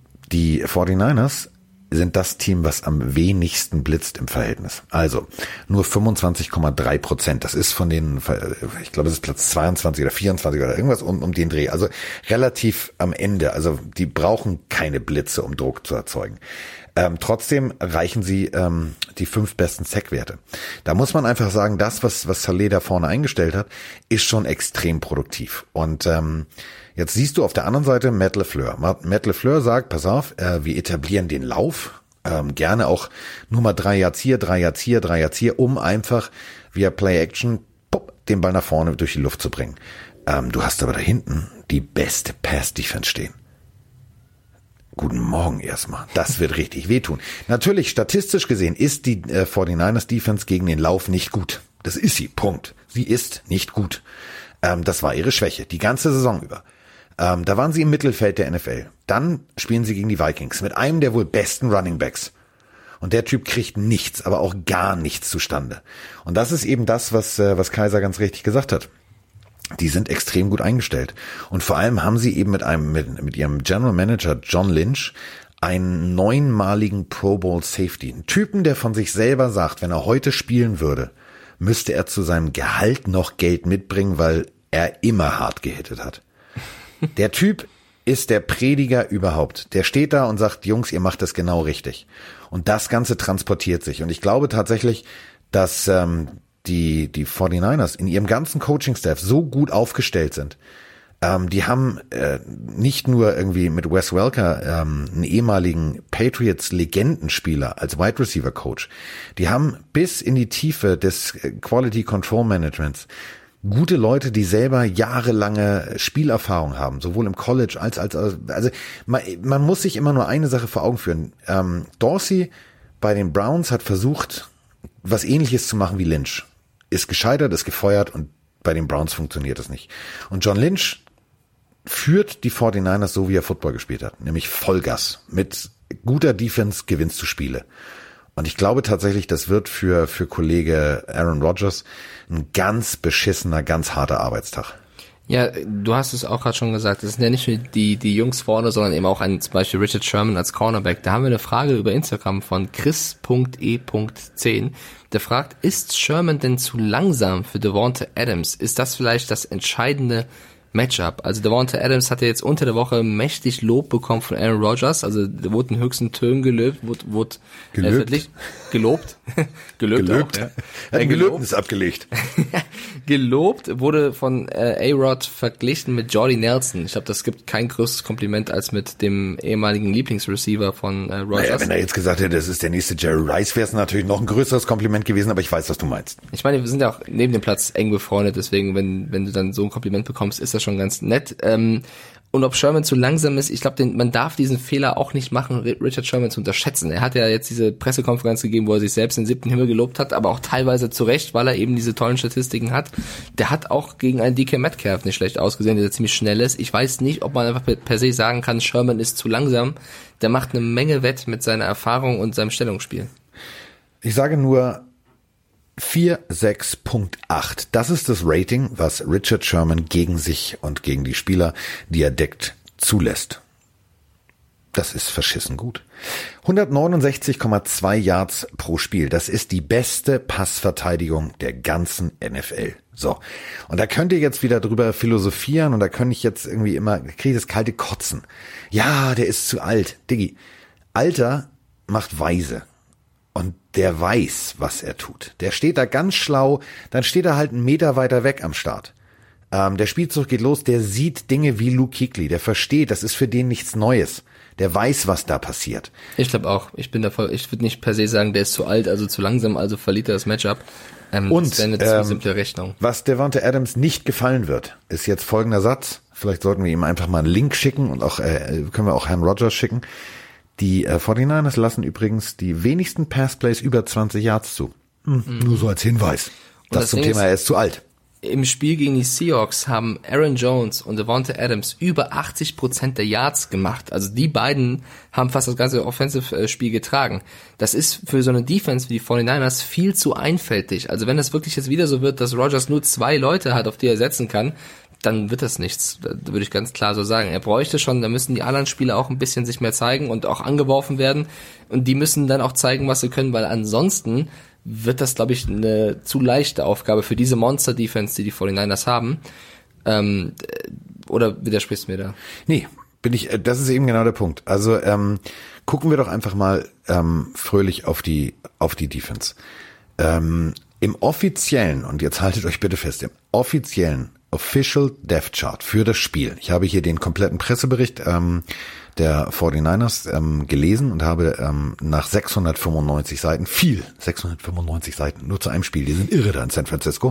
die forty-niners sind das Team, was am wenigsten blitzt im Verhältnis. Also nur fünfundzwanzig Komma drei Prozent. Das ist von den, ich glaube, es ist Platz zweiundzwanzig oder vierundzwanzig oder irgendwas um, um den Dreh. Also relativ am Ende. Also die brauchen keine Blitze, um Druck zu erzeugen. Ähm, trotzdem reichen sie ähm, die fünf besten Sackwerte. Da muss man einfach sagen, das, was was Saleh da vorne eingestellt hat, ist schon extrem produktiv. Und ähm, jetzt siehst du auf der anderen Seite Matt LaFleur. Matt LaFleur sagt, pass auf, äh, wir etablieren den Lauf, ähm, gerne auch nur mal drei Yards hier, drei Yards hier, drei Yards hier, um einfach via Play-Action pop, den Ball nach vorne durch die Luft zu bringen. Ähm, du hast aber da hinten die beste Pass-Defense stehen. Guten Morgen erstmal. Das wird richtig wehtun. Natürlich, statistisch gesehen ist die äh, forty-niners Defense gegen den Lauf nicht gut. Das ist sie, Punkt. Sie ist nicht gut. Ähm, das war ihre Schwäche, die ganze Saison über. Ähm, da waren sie im Mittelfeld der N F L. Dann spielen sie gegen die Vikings mit einem der wohl besten Running Backs. Und der Typ kriegt nichts, aber auch gar nichts zustande. Und das ist eben das, was, äh, was Kaiser ganz richtig gesagt hat. Die sind extrem gut eingestellt. Und vor allem haben sie eben mit einem, mit, mit ihrem General Manager John Lynch einen neunmaligen Pro Bowl Safety. Einen Typen, der von sich selber sagt, wenn er heute spielen würde, müsste er zu seinem Gehalt noch Geld mitbringen, weil er immer hart gehittet hat. Der Typ ist der Prediger überhaupt. Der steht da und sagt, Jungs, ihr macht das genau richtig. Und das Ganze transportiert sich. Und ich glaube tatsächlich, dass ähm, die die forty-niners in ihrem ganzen Coaching-Staff so gut aufgestellt sind. Ähm, die haben äh, nicht nur irgendwie mit Wes Welker ähm, einen ehemaligen Patriots-Legendenspieler als Wide Receiver Coach. Die haben bis in die Tiefe des Quality Control Managements gute Leute, die selber jahrelange Spielerfahrung haben, sowohl im College als als also man, man muss sich immer nur eine Sache vor Augen führen. Ähm, Dorsey bei den Browns hat versucht, was Ähnliches zu machen wie Lynch. Ist gescheitert, ist gefeuert und bei den Browns funktioniert es nicht. Und John Lynch führt die forty-niners so, wie er Football gespielt hat, nämlich Vollgas. Mit guter Defense gewinnst du Spiele. Und ich glaube tatsächlich, das wird für für Kollege Aaron Rodgers ein ganz beschissener, ganz harter Arbeitstag. Ja, du hast es auch gerade schon gesagt, es sind ja nicht nur die die Jungs vorne, sondern eben auch ein zum Beispiel Richard Sherman als Cornerback. Da haben wir eine Frage über Instagram von chris Punkt E Punkt zehn. Der fragt, ist Sherman denn zu langsam für Davante Adams? Ist das vielleicht das entscheidende Matchup? Also Davante Adams hat ja jetzt unter der Woche mächtig Lob bekommen von Aaron Rodgers, also der wurde in höchsten Tönen gelöbt, wurde, wurde gelöbt. Äh, gelobt, gelöbt, gelöbt. Auch, ja. Er hat ein Gelöbnis abgelegt. Gelobt, wurde von äh, A-Rod verglichen mit Jordy Nelson. Ich glaube, das gibt kein größeres Kompliment als mit dem ehemaligen Lieblingsreceiver von äh, Rodgers. Naja, wenn er jetzt gesagt hätte, das ist der nächste Jerry Rice, wäre es natürlich noch ein größeres Kompliment gewesen, aber ich weiß, was du meinst. Ich meine, wir sind ja auch neben dem Platz eng befreundet, deswegen, wenn wenn du dann so ein Kompliment bekommst, ist das schon ganz nett. Ähm, Und ob Sherman zu langsam ist, ich glaube, man darf diesen Fehler auch nicht machen, Richard Sherman zu unterschätzen. Er hat ja jetzt diese Pressekonferenz gegeben, wo er sich selbst in den siebten Himmel gelobt hat, aber auch teilweise zu Recht, weil er eben diese tollen Statistiken hat. Der hat auch gegen einen D K Metcalf nicht schlecht ausgesehen, der ziemlich schnell ist. Ich weiß nicht, ob man einfach per se sagen kann, Sherman ist zu langsam. Der macht eine Menge wett mit seiner Erfahrung und seinem Stellungsspiel. Ich sage nur vier sechs Punkt acht. Das ist das Rating, was Richard Sherman gegen sich und gegen die Spieler, die er deckt, zulässt. Das ist verschissen gut. hundertneunundsechzig Komma zwei Yards pro Spiel. Das ist die beste Passverteidigung der ganzen N F L. So. Und da könnt ihr jetzt wieder drüber philosophieren und da könnte ich jetzt irgendwie immer, kriege ich das kalte Kotzen. Ja, der ist zu alt. Diggi, Alter macht weise. Und der weiß, was er tut. Der steht da ganz schlau, dann steht er halt einen Meter weiter weg am Start. Ähm, der Spielzug geht los, der sieht Dinge wie Luke Kuechly, der versteht, das ist für den nichts Neues. Der weiß, was da passiert. Ich glaube auch, ich bin da voll, ich würde nicht per se sagen, der ist zu alt, also zu langsam, also verliert er das Matchup. Ähm, Und das wäre eine ähm, zu simple Rechnung. Was Devonta Adams nicht gefallen wird, ist jetzt folgender Satz. Vielleicht sollten wir ihm einfach mal einen Link schicken und auch äh, können wir auch Herrn Rodgers schicken. Die äh, forty-niners lassen übrigens die wenigsten Passplays über zwanzig Yards zu. Hm, mhm. Nur so als Hinweis. Das, das zum Thema, er ist zu alt. Im Spiel gegen die Seahawks haben Aaron Jones und Devonta Adams über achtzig Prozent der Yards gemacht. Also die beiden haben fast das ganze Offensive-Spiel getragen. Das ist für so eine Defense wie die forty-niners viel zu einfältig. Also wenn das wirklich jetzt wieder so wird, dass Rodgers nur zwei Leute hat, auf die er setzen kann, dann wird das nichts. Da würde ich ganz klar so sagen. Er bräuchte schon, da müssen die anderen Spieler auch ein bisschen sich mehr zeigen und auch angeworfen werden. Und die müssen dann auch zeigen, was sie können, weil ansonsten wird das, glaube ich, eine zu leichte Aufgabe für diese Monster-Defense, die die forty-niners haben. Ähm, oder widersprichst du mir da? Nee, bin ich, das ist eben genau der Punkt. Also ähm, gucken wir doch einfach mal ähm, fröhlich auf die auf die Defense. Ähm, im offiziellen, und jetzt haltet euch bitte fest, im offiziellen Official Depth Chart für das Spiel. Ich habe hier den kompletten Pressebericht ähm, der forty-niners ähm, gelesen und habe ähm, nach sechshundertfünfundneunzig Seiten, viel, sechshundertfünfundneunzig Seiten, nur zu einem Spiel, die sind irre da in San Francisco.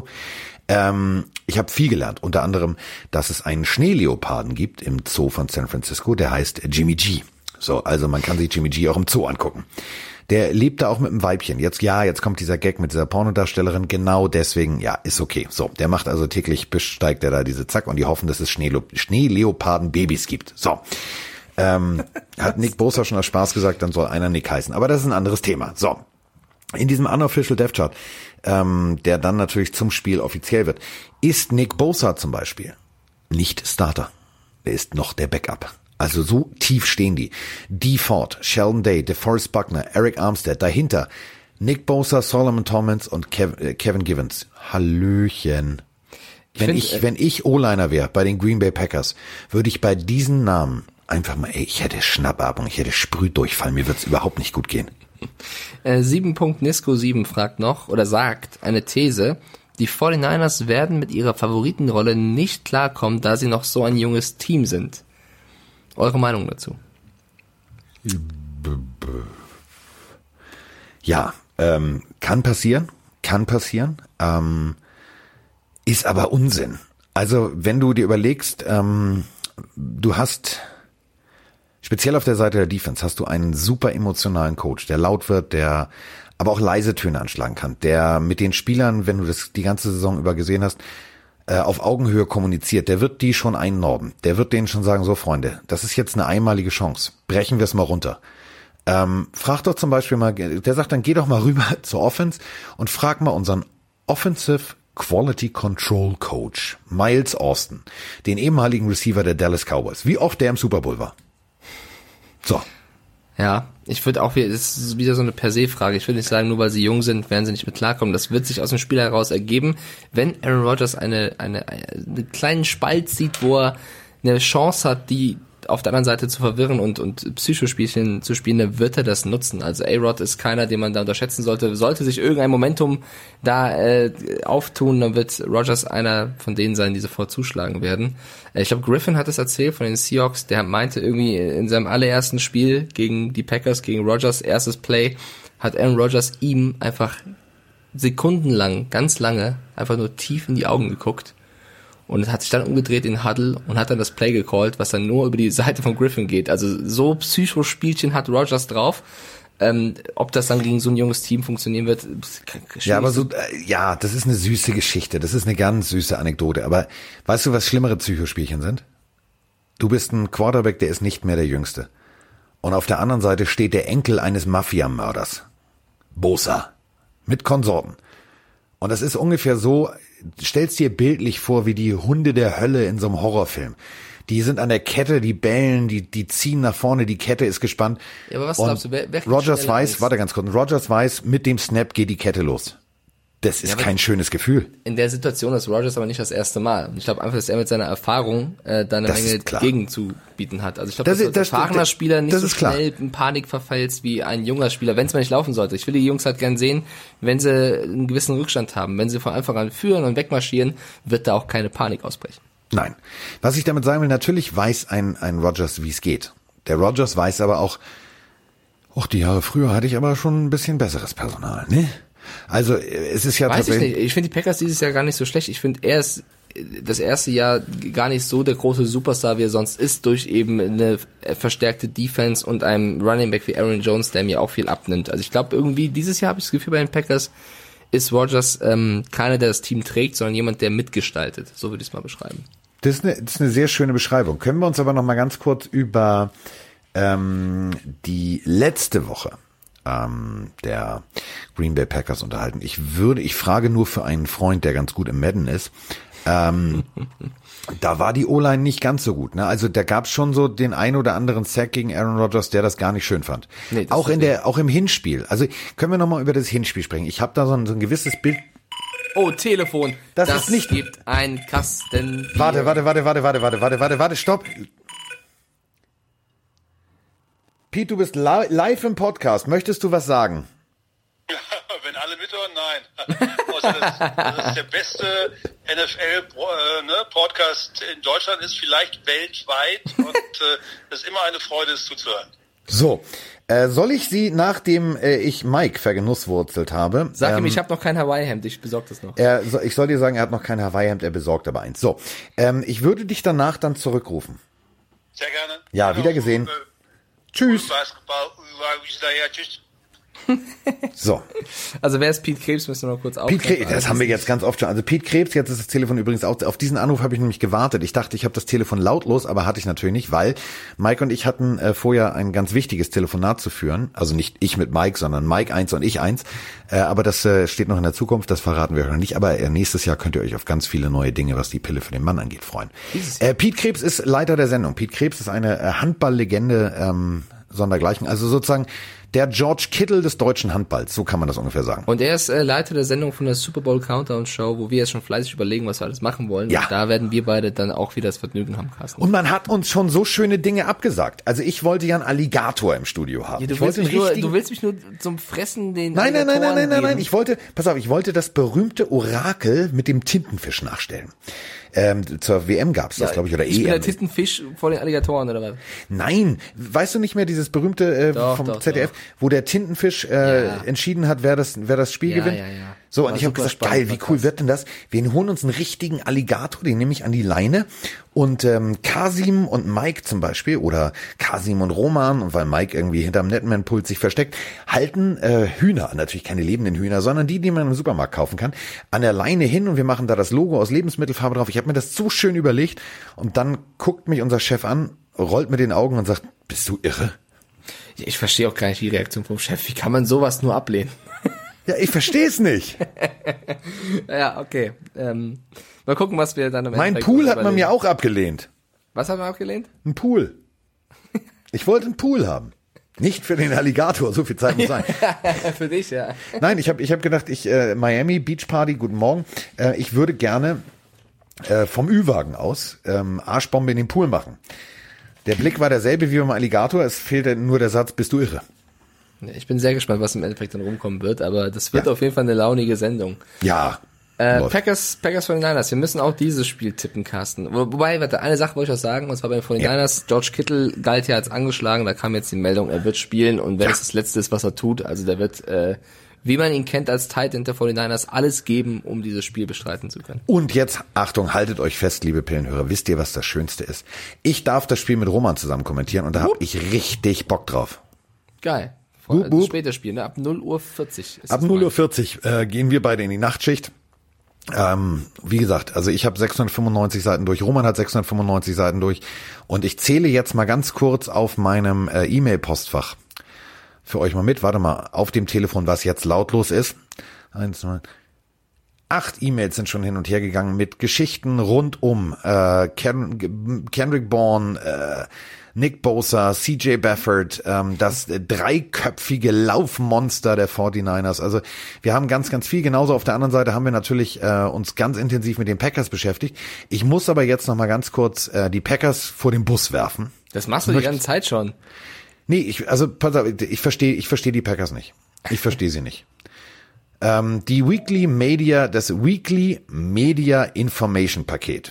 Ähm, ich habe viel gelernt, unter anderem, dass es einen Schneeleoparden gibt im Zoo von San Francisco, der heißt Jimmy G. So, also man kann sich Jimmy G auch im Zoo angucken. Der lebt da auch mit einem Weibchen. Jetzt, ja, jetzt kommt dieser Gag mit dieser Pornodarstellerin. Genau deswegen, ja, ist okay. So, der macht also täglich, besteigt er da diese Zack und die hoffen, dass es Schneeleoparden-Babys gibt. So, ähm, hat Nick Bosa schon aus Spaß gesagt, dann soll einer Nick heißen. Aber das ist ein anderes Thema. So, in diesem Unofficial Depth Chart, ähm, der dann natürlich zum Spiel offiziell wird, ist Nick Bosa zum Beispiel nicht Starter. Der ist noch der Backup. Also so tief stehen die. Dee Ford, Sheldon Day, DeForest Buckner, Eric Armstead, dahinter Nick Bosa, Solomon Thomas und Kev- äh, Kevin Givens. Hallöchen. Ich wenn find, ich, äh, wenn ich O-Liner wäre bei den Green Bay Packers, würde ich bei diesen Namen einfach mal, ey, ich hätte Schnappatmung, ich hätte Sprühdurchfall, mir wird's überhaupt nicht gut gehen. Äh, sieben Punkt Nisco sieben fragt noch, oder sagt, eine These, die forty-niners werden mit ihrer Favoritenrolle nicht klarkommen, da sie noch so ein junges Team sind. Eure Meinung dazu? Ja, ähm, kann passieren, kann passieren, ähm, ist aber Unsinn. Also wenn du dir überlegst, ähm, du hast, speziell auf der Seite der Defense, hast du einen super emotionalen Coach, der laut wird, der aber auch leise Töne anschlagen kann, der mit den Spielern, wenn du das die ganze Saison über gesehen hast, auf Augenhöhe kommuniziert, der wird die schon einnorben. Der wird denen schon sagen, so Freunde, das ist jetzt eine einmalige Chance. Brechen wir es mal runter. Ähm, frag doch zum Beispiel mal, der sagt dann, geh doch mal rüber zur Offense und frag mal unseren Offensive Quality Control Coach, Miles Austin, den ehemaligen Receiver der Dallas Cowboys, wie oft der im Super Bowl war. So. Ja, ich würde auch wieder, das ist wieder so eine Per-se-Frage. Ich würde nicht sagen, nur weil sie jung sind, werden sie nicht mit klarkommen. Das wird sich aus dem Spiel heraus ergeben. Wenn Aaron Rodgers eine, eine, einen kleinen Spalt sieht, wo er eine Chance hat, die auf der anderen Seite zu verwirren und, und Psychospielchen zu spielen, dann wird er das nutzen. Also A-Rod ist keiner, den man da unterschätzen sollte. Sollte sich irgendein Momentum da äh, auftun, dann wird Rodgers einer von denen sein, die sofort zuschlagen werden. Äh, ich glaube, Griffin hat es erzählt von den Seahawks, der meinte irgendwie in seinem allerersten Spiel gegen die Packers, gegen Rodgers, erstes Play, hat Aaron Rodgers ihm einfach sekundenlang, ganz lange, einfach nur tief in die Augen geguckt und hat sich dann umgedreht in Huddle und hat dann das Play gecallt, was dann nur über die Seite von Griffin geht. Also so Psychospielchen hat Rodgers drauf. Ähm, ob das dann gegen so ein junges Team funktionieren wird, ja, aber so, äh, ja, das ist eine süße Geschichte, das ist eine ganz süße Anekdote, aber weißt du, was schlimmere Psychospielchen sind? Du bist ein Quarterback, der ist nicht mehr der Jüngste. Und auf der anderen Seite steht der Enkel eines Mafia-Mörders. Bosa. Mit Konsorten. Und das ist ungefähr so, stellst dir bildlich vor, wie die Hunde der Hölle in so einem Horrorfilm. Die sind an der Kette, die bellen, die die ziehen nach vorne, die Kette ist gespannt. Ja, aber was und glaubst du, wer, wer Rodgers weiß, ist? warte ganz kurz, Rodgers weiß, mit dem Snap geht die Kette los. Das ist ja, kein schönes Gefühl. In der Situation ist Rodgers aber nicht das erste Mal. Und ich glaube einfach, dass er mit seiner Erfahrung äh, da eine das Menge gegenzubieten hat. Also ich glaube, das dass du als erfahrener das, Spieler nicht so schnell klar. in Panik verfällst wie ein junger Spieler, wenn es mal nicht laufen sollte. Ich will die Jungs halt gern sehen, wenn sie einen gewissen Rückstand haben. Wenn sie von Anfang an führen und wegmarschieren, wird da auch keine Panik ausbrechen. Nein. Was ich damit sagen will, natürlich weiß ein, ein Rodgers, wie es geht. Der Rodgers weiß aber auch, ach, die Jahre früher hatte ich aber schon ein bisschen besseres Personal, ne? Also, es ist ja Weiß tatsächlich... ich nicht. Ich finde die Packers dieses Jahr gar nicht so schlecht. Ich finde, er ist das erste Jahr gar nicht so der große Superstar, wie er sonst ist, durch eben eine verstärkte Defense und einem Running Back wie Aaron Jones, der mir auch viel abnimmt. Also ich glaube irgendwie, dieses Jahr habe ich das Gefühl bei den Packers, ist Rodgers ähm, keiner, der das Team trägt, sondern jemand, der mitgestaltet. So würde ich es mal beschreiben. Das ist, eine, das ist eine sehr schöne Beschreibung. Können wir uns aber noch mal ganz kurz über ähm, die letzte Woche ähm, der Green Bay Packers unterhalten? Ich würde, ich frage nur für einen Freund, der ganz gut im Madden ist. Ähm, da war die O-Line nicht ganz so gut. Ne? Also da gab es schon so den ein oder anderen Sack gegen Aaron Rodgers, der das gar nicht schön fand. Nee, auch in der, auch im Hinspiel. Also können wir noch mal über das Hinspiel sprechen. Ich habe da so ein, so ein gewisses Bild. Oh, Telefon. Das, das ist nicht. Gibt ein Kasten. Warte, warte, warte, warte, warte, warte, warte, warte, warte, stopp. Pete, du bist li- live im Podcast. Möchtest du was sagen? Wenn alle mithören, nein. Also das, das ist der beste N F L-Podcast in Deutschland, ist vielleicht weltweit und äh, es ist immer eine Freude, es zuzuhören. So, äh, soll ich Sie, nachdem äh, ich Mike vergenusswurzelt habe... Sag ähm, ihm, ich habe noch kein Hawaii-Hemd, ich besorge das noch. Er, so, ich soll dir sagen, er hat noch kein Hawaii-Hemd, er besorgt aber eins. So, ähm, ich würde dich danach dann zurückrufen. Sehr gerne. Ja, also, wiedergesehen. Äh, Tschüss. Basketball, ja, tschüss. So. Also wer ist Pete Krebs, müssen wir noch kurz aufklären. Pete Krebs, das haben wir jetzt ganz oft schon. Also Pete Krebs, jetzt ist das Telefon übrigens auch, auf diesen Anruf habe ich nämlich gewartet. Ich dachte, ich habe das Telefon lautlos, aber hatte ich natürlich nicht, weil Mike und ich hatten äh, vorher ein ganz wichtiges Telefonat zu führen. Also nicht ich mit Mike, sondern Mike eins und ich eins. Äh, aber das äh, steht noch in der Zukunft, das verraten wir euch noch nicht. Aber äh, nächstes Jahr könnt ihr euch auf ganz viele neue Dinge, was die Pille für den Mann angeht, freuen. Äh, Pete Krebs ist Leiter der Sendung. Pete Krebs ist eine äh, Handballlegende, ähm, sondergleichen. Also sozusagen der George Kittle des deutschen Handballs, so kann man das ungefähr sagen. Und er ist äh, Leiter der Sendung von der Super Bowl Countdown Show, wo wir jetzt schon fleißig überlegen, was wir alles machen wollen. Ja. Und da werden wir beide dann auch wieder das Vergnügen haben, Carsten. Und man hat uns schon so schöne Dinge abgesagt. Also ich wollte ja einen Alligator im Studio haben. Ja, du, ich willst wollte mich richtigen... nur, du willst mich nur zum Fressen den Nein, nein, nein, nein, nein, nein, nein. geben. Ich wollte, pass auf, ich wollte das berühmte Orakel mit dem Tintenfisch nachstellen. Ähm, zur W M gab's das, ja, glaube ich, oder ich E M. Bin der Tintenfisch vor den Alligatoren, oder was? Nein, weißt du nicht mehr dieses berühmte äh, doch, vom doch, Z D F, doch. wo der Tintenfisch äh, ja. entschieden hat, wer das, wer das Spiel ja, gewinnt? Ja, ja. So, war und ich habe gesagt, spannend, geil, wie cool wird denn das? Wir holen uns einen richtigen Alligator, den nehme ich an die Leine und ähm, Kasim und Mike zum Beispiel oder Kasim und Roman, und weil Mike irgendwie hinterm Netman-Pult sich versteckt, halten äh, Hühner, natürlich keine lebenden Hühner, sondern die, die man im Supermarkt kaufen kann, an der Leine hin und wir machen da das Logo aus Lebensmittelfarbe drauf. Ich habe mir das so schön überlegt und dann guckt mich unser Chef an, rollt mit den Augen und sagt, bist du irre? Ich verstehe auch gar nicht die Reaktion vom Chef. Wie kann man sowas nur ablehnen? Ja, ich verstehe es nicht. Ja, okay. Ähm, mal gucken, was wir dann am Ende. Mein Pool hat man mir auch abgelehnt. Was haben wir abgelehnt? Ein Pool. Ich wollte einen Pool haben. Nicht für den Alligator, so viel Zeit muss sein. Für dich, ja. Nein, ich habe ich hab gedacht, ich äh, Miami Beach Party, guten Morgen. Äh, ich würde gerne äh, vom Ü-Wagen aus ähm, Arschbombe in den Pool machen. Der Blick war derselbe wie beim Alligator, es fehlte nur der Satz, bist du irre? Ich bin sehr gespannt, was im Endeffekt dann rumkommen wird, aber das wird Ja. auf jeden Fall eine launige Sendung. Ja. Äh, läuft. Packers, Packers forty-niners, wir müssen auch dieses Spiel tippen, Carsten. Wo, wobei, warte, eine Sache wollte ich auch sagen, und zwar bei den forty-niners, ja. George Kittle galt ja als angeschlagen, da kam jetzt die Meldung, er wird spielen und wenn Ja. es das Letzte ist, was er tut, also der wird äh, wie man ihn kennt als Tight End der forty-niners, alles geben, um dieses Spiel bestreiten zu können. Und jetzt, Achtung, haltet euch fest, liebe Pillenhörer, wisst ihr, was das Schönste ist? Ich darf das Spiel mit Roman zusammen kommentieren und da habe ich richtig Bock drauf. Geil. Boop, Das boop. später Spiel, ne? Ab null Uhr vierzig. Ist Ab das null Uhr mein- vierzig äh, gehen wir beide in die Nachtschicht. Ähm, wie gesagt, also ich habe sechshundertfünfundneunzig Seiten durch, Roman hat sechshundertfünfundneunzig Seiten durch und ich zähle jetzt mal ganz kurz auf meinem äh, E-Mail-Postfach für euch mal mit. Warte mal, auf dem Telefon, was jetzt lautlos ist. Eins, zwei, acht E-Mails sind schon hin und her gegangen mit Geschichten rund um äh, Ken, Kendrick Bourne, äh, Nick Bosa, C J Beathard, ähm, das äh, dreiköpfige Laufmonster der forty-niners. Also wir haben ganz, ganz viel. Genauso auf der anderen Seite haben wir natürlich äh, uns ganz intensiv mit den Packers beschäftigt. Ich muss aber jetzt noch mal ganz kurz äh, die Packers vor den Bus werfen. Das machst du die ganze Zeit schon. Nee, ich, also pass auf, ich verstehe, ich verstehe die Packers nicht. Ich verstehe sie nicht. Ähm, die Weekly Media, das Weekly Media Information Paket.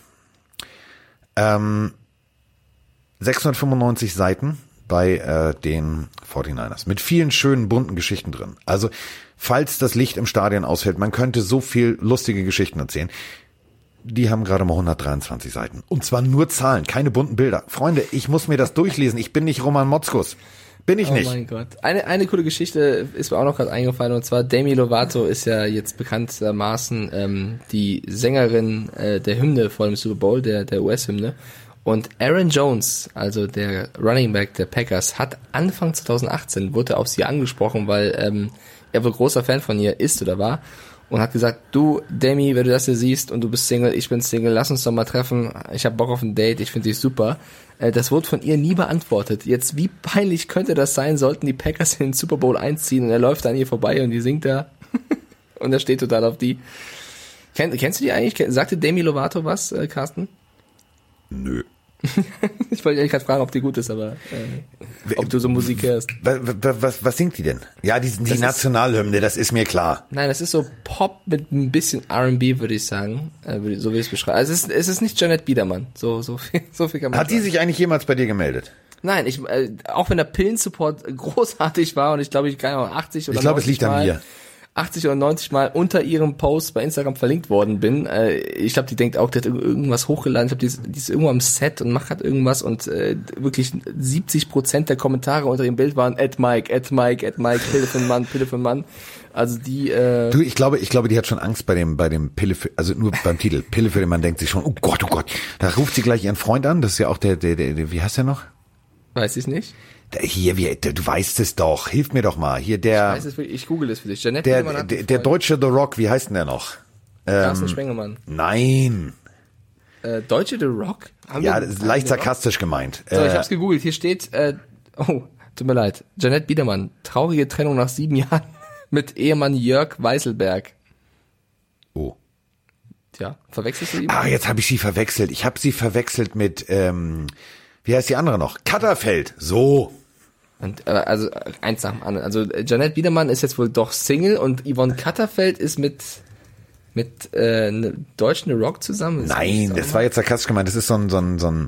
Ähm, sechshundertfünfundneunzig Seiten bei äh, den forty-niners mit vielen schönen bunten Geschichten drin. Also falls das Licht im Stadion ausfällt, man könnte so viel lustige Geschichten erzählen. Die haben gerade mal hundertdreiundzwanzig Seiten. Und zwar nur Zahlen, keine bunten Bilder. Freunde, ich muss mir das durchlesen. Ich bin nicht Roman Motzkus. Bin ich Oh nicht. mein Gott. Eine, eine coole Geschichte ist mir auch noch gerade eingefallen, und zwar Demi Lovato ist ja jetzt bekanntermaßen ähm, die Sängerin äh, der Hymne vor dem Super Bowl, der, der U S-Hymne. Und Aaron Jones, also der Running Back der Packers, hat Anfang zwanzig achtzehn, wurde auf sie angesprochen, weil ähm, er wohl großer Fan von ihr ist oder war. Und hat gesagt, du, Demi, wenn du das hier siehst und du bist Single, ich bin Single, lass uns doch mal treffen, ich hab Bock auf ein Date, ich finde dich super. Äh, das wurde von ihr nie beantwortet. Jetzt, wie peinlich könnte das sein, sollten die Packers in den Super Bowl einziehen und er läuft an ihr vorbei und die singt da und er steht total auf die. Kenn, kennst du die eigentlich? Kenn, sagte Demi Lovato was, äh, Carsten? Nö. Ich wollte eigentlich gerade fragen, ob die gut ist, aber äh, ob du so Musik hörst. Was, was, was singt die denn? Ja, die, die Das Nationalhymne, das ist mir klar. Nein, das ist so Pop mit ein bisschen R and B, würde ich sagen, äh, würd- so wie ich es beschreibe. Also es ist, es ist nicht Janet Biedermann, so so viel, so viel kann man Hat die sagen. sich eigentlich jemals bei dir gemeldet? Nein, ich äh, auch wenn der Pillensupport großartig war und ich glaube, ich kann auch achtzig oder Ich glaube, es neunzig liegt an Mal, mir. achtzig oder neunzig Mal unter ihrem Post bei Instagram verlinkt worden bin. Äh, ich glaube, die denkt auch, die hat irg- irgendwas hochgeladen. Ich glaube, die ist, die ist irgendwo am Set und macht halt irgendwas und äh, wirklich siebzig Prozent der Kommentare unter dem Bild waren at Mike, at Mike, at Mike, Pille für den Mann, Pille für den Mann. Also die äh, Du, ich glaube, ich glaube, die hat schon Angst bei dem, bei dem Pille für, also nur beim Titel. Pille für den Mann denkt sich schon, oh Gott, oh Gott. Da ruft sie gleich ihren Freund an. Das ist ja auch der, der, der, der wie heißt der noch? weiß ich nicht. Der, hier, wie, der, du weißt es doch. Hilf mir doch mal. Hier der, Weiß es wirklich, ich google es für dich. Janet der, Biedermann hat der, einen der Freund. deutsche The Rock, wie heißt denn der noch? Carsten Spengemann. Nein. Äh, Deutsche The Rock? Haben Ja, wir- das ist haben leicht wir Rock? sarkastisch gemeint. So, ich Äh, hab's gegoogelt. Hier steht, äh, oh, tut mir leid. Janet Biedermann. Traurige Trennung nach sieben Jahren mit Ehemann Jörg Weißelberg. oh. Tja, verwechselst du ihn? Ah, jetzt habe ich sie verwechselt. Ich habe sie verwechselt mit, ähm, wie heißt die andere noch? Katterfeld. So. Und, äh, also äh, eins nach dem anderen. Also äh, Janet Biedermann ist jetzt wohl doch Single und Yvonne Katterfeld ist mit mit äh, ne, deutschen The Rock zusammen. Ist Nein, das das war jetzt sarkastisch gemeint. Das ist so ein, so ein, so ein,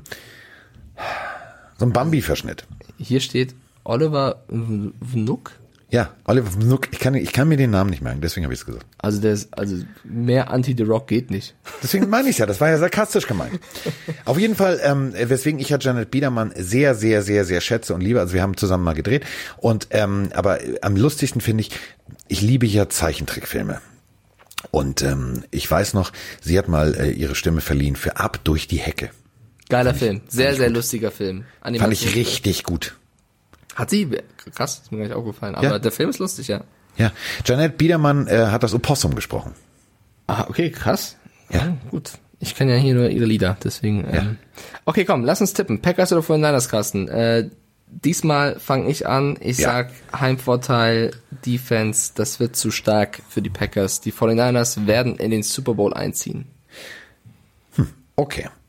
so ein Bambi-Verschnitt. Hier steht Oliver W- Vnuk. Ja, Oliver Vnuk. Ich kann, ich kann mir den Namen nicht merken, deswegen habe ich es gesagt. Also der ist, also mehr Anti-The Rock geht nicht. Deswegen meine ich ja, das war ja sarkastisch gemeint. Auf jeden Fall, ähm, weswegen ich ja Janet Biedermann sehr, sehr, sehr, sehr schätze und liebe. Also wir haben zusammen mal gedreht. Und ähm, aber am lustigsten finde ich, ich liebe ja Zeichentrickfilme. Und ähm, ich weiß noch, sie hat mal äh, ihre Stimme verliehen für Ab durch die Hecke. Geiler Film. Sehr, sehr lustiger Film. Fand ich Animation. richtig gut. Hat sie? Krass, ist mir gar nicht aufgefallen. Aber Ja. der Film ist lustig, ja. Ja, Janet Biedermann äh, hat das Opossum gesprochen. Ah, okay, krass. Ja. Gut. Ich kenne ja hier nur ihre Lieder, deswegen. Ähm. Ja. Okay, komm, lass uns tippen. Packers oder forty-niners, Carsten? Äh, diesmal fange ich an. Ich Ja. sag Heimvorteil, Defense, das wird zu stark für die Packers. Die forty-niners werden in den Super Bowl einziehen. Okay.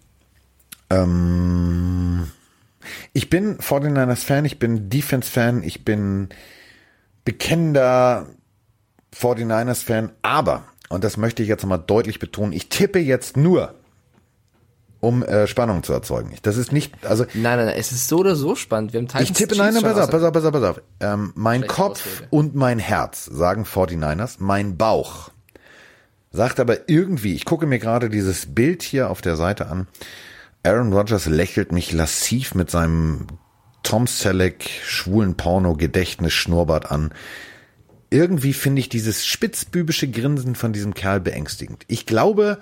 Ähm, ich bin forty-niners Fan, ich bin Defense-Fan, ich bin bekennender forty-niners Fan, aber, und das möchte ich jetzt nochmal deutlich betonen, ich tippe jetzt nur um äh, Spannung zu erzeugen. Das ist nicht, also Nein, nein, nein, es ist so oder so spannend. Wir haben ich tippe, nein, nein, pass auf, pass auf, pass auf, pass auf. Ähm, mein Schlechte Kopf Ausrede. und mein Herz sagen forty-niners, mein Bauch sagt aber irgendwie, ich gucke mir gerade dieses Bild hier auf der Seite an, Aaron Rodgers lächelt mich lassiv mit seinem Tom Selleck schwulen Porno-Gedächtnis-Schnurrbart an. Irgendwie finde ich dieses spitzbübische Grinsen von diesem Kerl beängstigend. Ich glaube,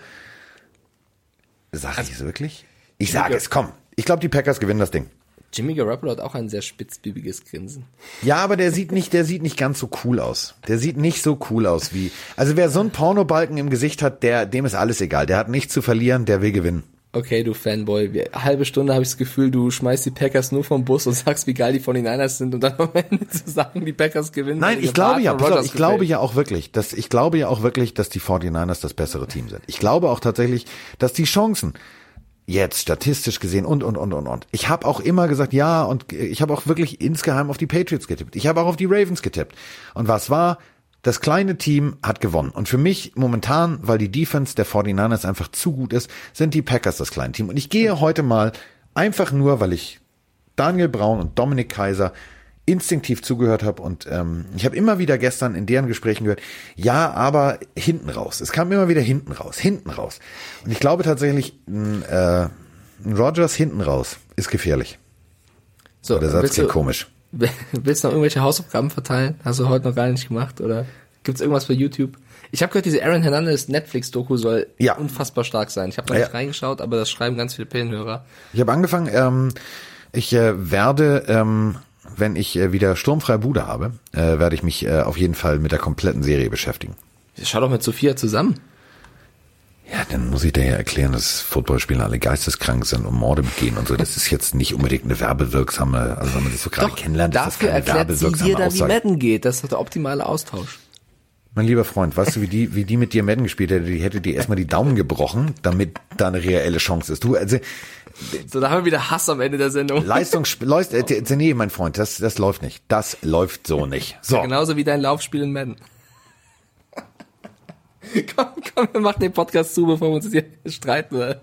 sage ich es wirklich? Ich sage es, komm. Ich glaube, die Packers gewinnen das Ding. Jimmy Garoppolo hat auch ein sehr spitzbübiges Grinsen. Ja, aber der sieht nicht, der sieht nicht ganz so cool aus. Der sieht nicht so cool aus wie, also wer so einen Pornobalken im Gesicht hat, der, dem ist alles egal. Der hat nichts zu verlieren, der will gewinnen. Okay, du Fanboy. Wir, halbe Stunde habe ich das Gefühl, du schmeißt die Packers nur vom Bus und sagst, wie geil die forty-niners sind und dann am Ende zu sagen, die Packers gewinnen. Nein, weil ich der glaube Bart ja, von pass auf, Rodgers ich glaube gefällt. ja auch wirklich, dass, ich glaube ja auch wirklich, dass die forty-niners das bessere Team sind. Ich glaube auch tatsächlich, dass die Chancen jetzt statistisch gesehen und, und, und, und, und. Ich habe auch immer gesagt, ja, und ich habe auch wirklich insgeheim auf die Patriots getippt. Ich habe auch auf die Ravens getippt. Und was war? Das kleine Team hat gewonnen. Und für mich momentan, weil die Defense der forty-niners einfach zu gut ist, sind die Packers das kleine Team. Und ich gehe heute mal einfach nur, weil ich Daniel Braun und Dominik Kaiser instinktiv zugehört habe und ähm, ich habe immer wieder gestern in deren Gesprächen gehört, ja, aber hinten raus. Es kam immer wieder hinten raus, hinten raus. Und ich glaube tatsächlich, ein, äh, ein Rodgers hinten raus ist gefährlich. So, Der Satz willst klingt du, komisch. willst du noch irgendwelche Hausaufgaben verteilen? Hast du heute noch gar nicht gemacht? Oder gibt's irgendwas bei YouTube? Ich habe gehört, diese Aaron Hernandez Netflix-Doku soll Ja. unfassbar stark sein. Ich habe noch Ja. nicht reingeschaut, aber das schreiben ganz viele Pillenhörer. Ich habe angefangen, ähm, ich äh, werde, ähm, wenn ich äh, wieder sturmfreie Bude habe, äh, werde ich mich äh, auf jeden Fall mit der kompletten Serie beschäftigen. Schau doch mit Sophia zusammen. Ja, dann muss ich dir ja erklären, dass Footballspieler alle geisteskrank sind und Morde begehen und so. Das ist jetzt nicht unbedingt eine werbewirksame, also wenn man sich so gerade kennenlernt, ist das dafür keine erklärt sie werbewirksame dir dann, wie Aussage. Madden geht. Das ist doch der optimale Austausch. Mein lieber Freund, weißt du, wie die, wie die mit dir Madden gespielt hätte, die hätte dir erstmal die Daumen gebrochen, damit da eine reelle Chance ist. Du, also, So, da haben wir wieder Hass am Ende der Sendung. Leistungs, Leist, äh, nee, mein Freund, das, das läuft nicht. Das läuft so nicht. So. Genauso wie dein Laufspiel in Madden. komm, komm, wir machen den Podcast zu, bevor wir uns hier streiten. Oder?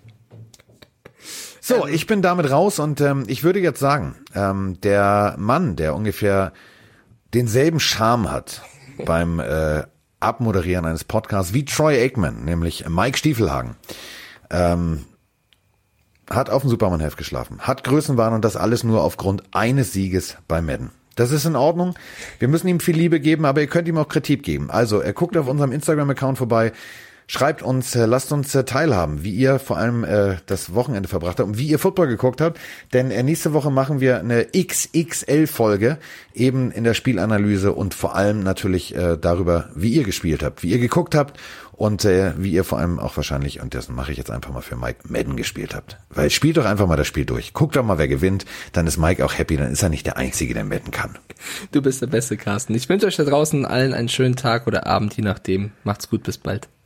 So, ich bin damit raus und ähm, ich würde jetzt sagen, ähm, der Mann, der ungefähr denselben Charme hat beim äh, Abmoderieren eines Podcasts wie Troy Aikman, nämlich Mike Stiefelhagen, ähm, hat auf dem Superman-Heft geschlafen, hat Größenwahn und das alles nur aufgrund eines Sieges bei Madden. Das ist in Ordnung. Wir müssen ihm viel Liebe geben, aber ihr könnt ihm auch Kritik geben. Also, er guckt auf unserem Instagram-Account vorbei, schreibt uns, äh, lasst uns äh, teilhaben, wie ihr vor allem äh, das Wochenende verbracht habt und wie ihr Football geguckt habt. Denn äh, nächste Woche machen wir eine X X L-Folge eben in der Spielanalyse und vor allem natürlich äh, darüber, wie ihr gespielt habt, wie ihr geguckt habt und äh, wie ihr vor allem auch wahrscheinlich, und das mache ich jetzt einfach mal für Mike, Madden gespielt habt. Weil spielt doch einfach mal das Spiel durch. Guckt doch mal, wer gewinnt. Dann ist Mike auch happy. Dann ist er nicht der Einzige, der Madden kann. Du bist der beste, Carsten. Ich wünsche euch da draußen allen einen schönen Tag oder Abend, je nachdem. Macht's gut, bis bald.